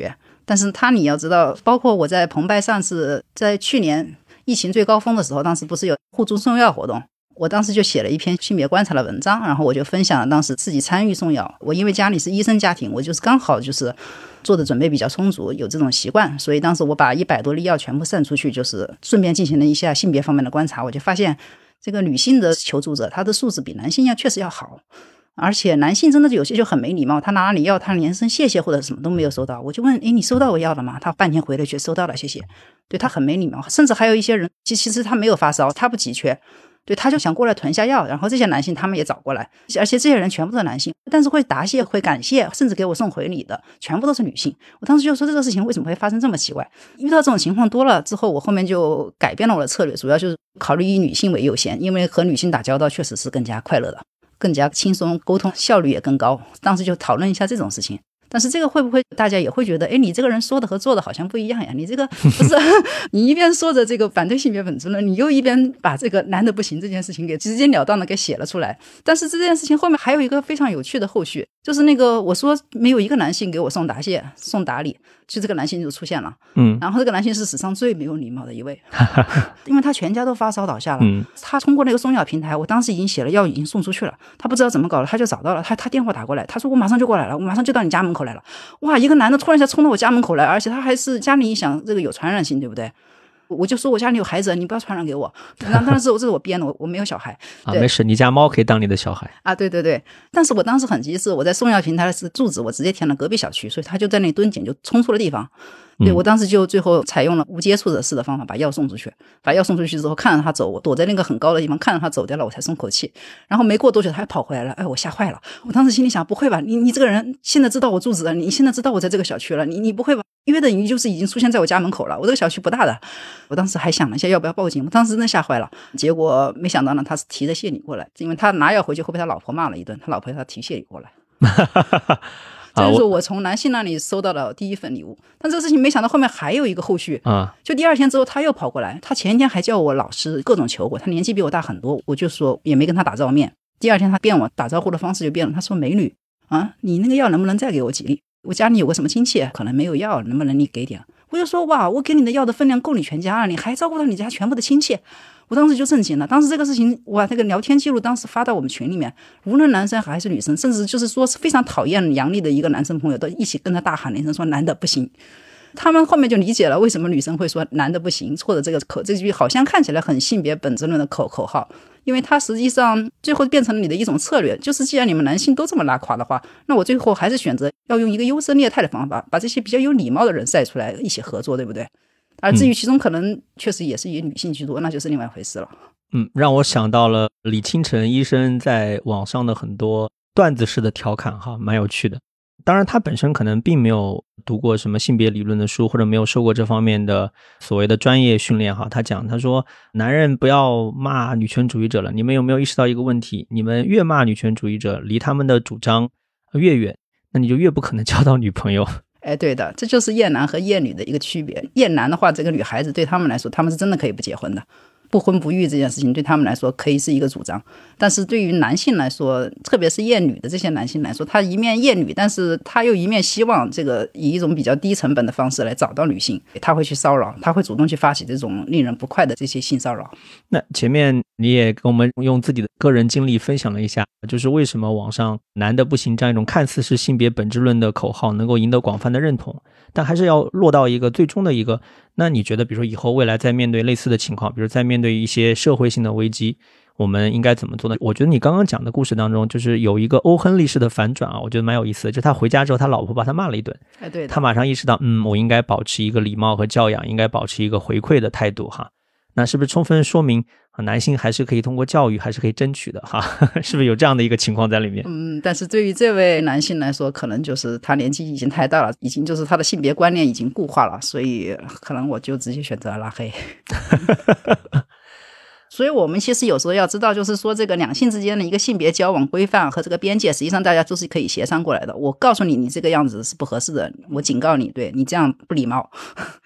但是他你要知道，包括我在澎湃上次在去年疫情最高峰的时候，当时不是有互助送药活动，我当时就写了一篇性别观察的文章，然后我就分享了当时自己参与送药。我因为家里是医生家庭，我就是刚好就是做的准备比较充足，有这种习惯，所以当时我把一百多粒药全部散出去，就是顺便进行了一下性别方面的观察。我就发现这个女性的求助者，她的素质比男性要确实要好，而且男性真的有些就很没礼貌，他拿你药，他连声谢谢或者什么都没有收到。我就问，诶，你收到我药了吗？他半天回了句收到了，谢谢。对，他很没礼貌。甚至还有一些人其实他没有发烧，他不急缺，对，他就想过来囤下药，然后这些男性他们也找过来，而且这些人全部都是男性，但是会答谢会感谢甚至给我送回礼的全部都是女性。我当时就说这个事情为什么会发生这么奇怪，遇到这种情况多了之后，我后面就改变了我的策略，主要就是考虑以女性为优先，因为和女性打交道确实是更加快乐的，更加轻松，沟通效率也更高。当时就讨论一下这种事情。但是这个会不会大家也会觉得，哎，你这个人说的和做的好像不一样呀？你这个不是你一边说着这个反对性别本质论，你又一边把这个男的不行这件事情给直截了当的给写了出来。但是这件事情后面还有一个非常有趣的后续，就是那个我说没有一个男性给我送答谢送答礼，就这个男性就出现了。嗯，然后这个男性是史上最没有礼貌的一位，因为他全家都发烧倒下了。嗯，他通过那个送药平台，我当时已经写了药已经送出去了，他不知道怎么搞了，他就找到了，他他电话打过来，他说我马上就过来了，我马上就到你家门口来了。哇，一个男的突然间冲到我家门口来，而且他还是家里一想这个有传染性，对不对？我就说我家里有孩子，你不要传染给我。当然是我这是我编的，我我没有小孩啊，没事，你家猫可以当你的小孩啊。对对对，但是我当时很急事，我在送药平台是住址，我直接填了隔壁小区，所以他就在那蹲点就冲出了地方。对，我当时就最后采用了无接触者式的方法，把药送出去。把药送出去之后，看着他走，我躲在那个很高的地方，看着他走掉了，我才松口气。然后没过多久，他还跑回来了，哎，我吓坏了。我当时心里想，不会吧？你你这个人现在知道我住址了，你现在知道我在这个小区了，你你不会吧？约等于就是已经出现在我家门口了。我这个小区不大的，我当时还想了一下要不要报警，我当时真的吓坏了。结果没想到呢，他是提着谢礼过来，因为他拿药回去会被他老婆骂了一顿，他老婆他提谢礼过来。这就是我从男性那里收到的第一份礼物。但这个事情没想到后面还有一个后续啊！就第二天之后他又跑过来，他前一天还叫我老师各种求我，他年纪比我大很多，我就说也没跟他打照面。第二天他变我打招呼的方式就变了，他说美女啊，你那个药能不能再给我几粒？我家里有个什么亲戚可能没有药，能不能你给点？我就说哇，我给你的药的分量够你全家了，你还照顾到你家全部的亲戚。我当时就震惊了，当时这个事情哇，那个聊天记录当时发到我们群里面，无论男生还是女生，甚至就是说是非常讨厌杨丽的一个男生朋友都一起跟他大喊了一声说男的不行。他们后面就理解了为什么女生会说男的不行，或者这个口这句好像看起来很性别本质论的口口号，因为它实际上最后变成了你的一种策略，就是既然你们男性都这么拉垮的话，那我最后还是选择要用一个优胜劣汰的方法，把这些比较有礼貌的人晒出来一起合作，对不对？而至于其中可能确实也是以女性居多，那就是另外一回事了。 嗯，让我想到了李清晨医生在网上的很多段子式的调侃哈，蛮有趣的。当然他本身可能并没有读过什么性别理论的书，或者没有受过这方面的所谓的专业训练哈。他讲他说男人不要骂女权主义者了，你们有没有意识到一个问题，你们越骂女权主义者离他们的主张越远，那你就越不可能交到女朋友。 哎，对的，这就是厌男和厌女的一个区别。厌男的话，这个女孩子对他们来说，他们是真的可以不结婚的，不婚不育这件事情对他们来说可以是一个主张。但是对于男性来说，特别是厌女的这些男性来说，他一面厌女，但是他又一面希望这个以一种比较低成本的方式来找到女性，他会去骚扰，他会主动去发起这种令人不快的这些性骚扰。 那前面你也跟我们用自己的个人经历分享了一下，就是为什么网上男的不行这样一种看似是性别本质论的口号能够赢得广泛的认同，但还是要落到一个最终的一个，那你觉得比如说以后未来在面对类似的情况，比如在面对一些社会性的危机，我们应该怎么做呢？我觉得你刚刚讲的故事当中就是有一个欧亨利式的反转啊，我觉得蛮有意思的，就他回家之后他老婆把他骂了一顿， 哎，对， 他马上意识到嗯，我应该保持一个礼貌和教养，应该保持一个回馈的态度哈。那是不是充分说明男性还是可以通过教育还是可以争取的哈？是不是有这样的一个情况在里面？ 嗯，但是对于这位男性来说，可能就是他年纪已经太大了，已经就是他的性别观念已经固化了，所以可能我就直接选择拉黑。所以我们其实有时候要知道，就是说这个两性之间的一个性别交往规范和这个边界，实际上大家都是可以协商过来的。我告诉你，你这个样子是不合适的，我警告你，对你这样不礼貌，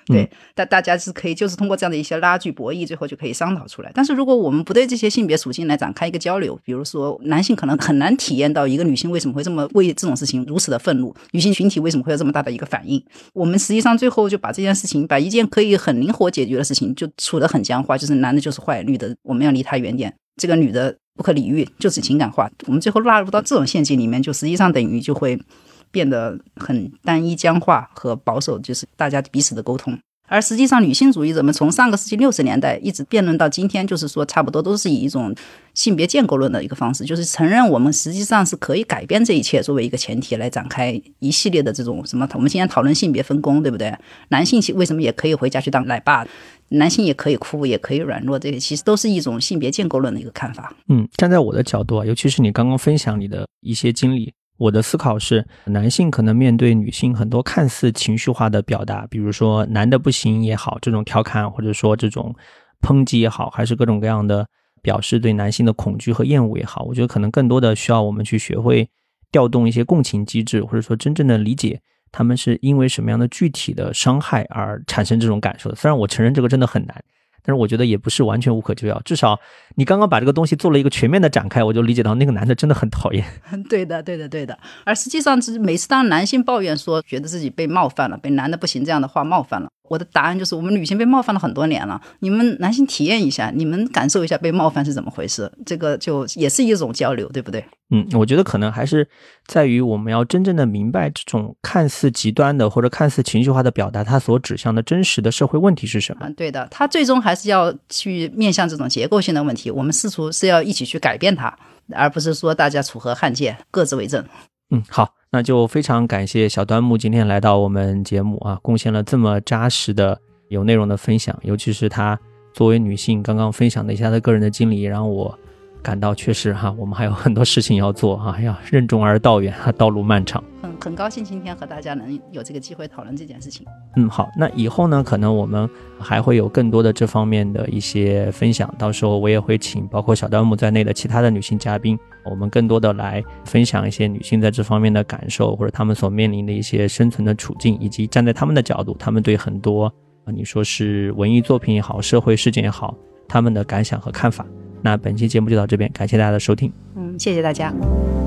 对，大、嗯、大家是可以就是通过这样的一些拉锯博弈，最后就可以商讨出来。但是如果我们不对这些性别属性来展开一个交流，比如说男性可能很难体验到一个女性为什么会这么为这种事情如此的愤怒，女性群体为什么会有这么大的一个反应，我们实际上最后就把这件事情，把一件可以很灵活解决的事情就处得很僵化，就是男的就是坏，女的我们要离他远点，这个女的不可理喻，就是情感化，我们最后纳入到这种陷阱里面，就实际上等于就会变得很单一僵化和保守，就是大家彼此的沟通。而实际上女性主义者们从上个世纪六十年代一直辩论到今天，就是说差不多都是以一种性别建构论的一个方式，就是承认我们实际上是可以改变这一切作为一个前提来展开一系列的这种什么，我们今天讨论性别分工，对不对？男性为什么也可以回家去当奶爸，男性也可以哭也可以软弱，这些其实都是一种性别建构论的一个看法。 嗯，站在我的角度啊，尤其是你刚刚分享你的一些经历，我的思考是，男性可能面对女性很多看似情绪化的表达，比如说男的不行也好，这种调侃，或者说这种抨击也好，还是各种各样的表示对男性的恐惧和厌恶也好，我觉得可能更多的需要我们去学会调动一些共情机制，或者说真正的理解他们是因为什么样的具体的伤害而产生这种感受的。虽然我承认这个真的很难，但是我觉得也不是完全无可救药，至少你刚刚把这个东西做了一个全面的展开，我就理解到那个男的真的很讨厌。 对的对的对的。而实际上每次当男性抱怨说觉得自己被冒犯了，被男的不行这样的话冒犯了，我的答案就是我们女性被冒犯了很多年了，你们男性体验一下，你们感受一下被冒犯是怎么回事，这个就也是一种交流，对不对？ 嗯，我觉得可能还是在于我们要真正的明白这种看似极端的或者看似情绪化的表达，它所指向的真实的社会问题是什么。 嗯，对的，它最终还是要去面向这种结构性的问题，我们试图是要一起去改变它，而不是说大家楚河汉界各自为政。 嗯，好，那就非常感谢小端木今天来到我们节目啊，贡献了这么扎实的有内容的分享，尤其是他作为女性刚刚分享的一下他个人的经历，让我感到确实哈，我们还有很多事情要做哈，要任重而道远，道路漫长。 很很高兴今天和大家能有这个机会讨论这件事情。 嗯，好，那以后呢，可能我们还会有更多的这方面的一些分享，到时候我也会请包括小端木在内的其他的女性嘉宾，我们更多的来分享一些女性在这方面的感受，或者她们所面临的一些生存的处境，以及站在她们的角度，她们对很多你说是文艺作品也好，社会事件也好，她们的感想和看法。那本期节目就到这边，感谢大家的收听。 嗯，谢谢大家。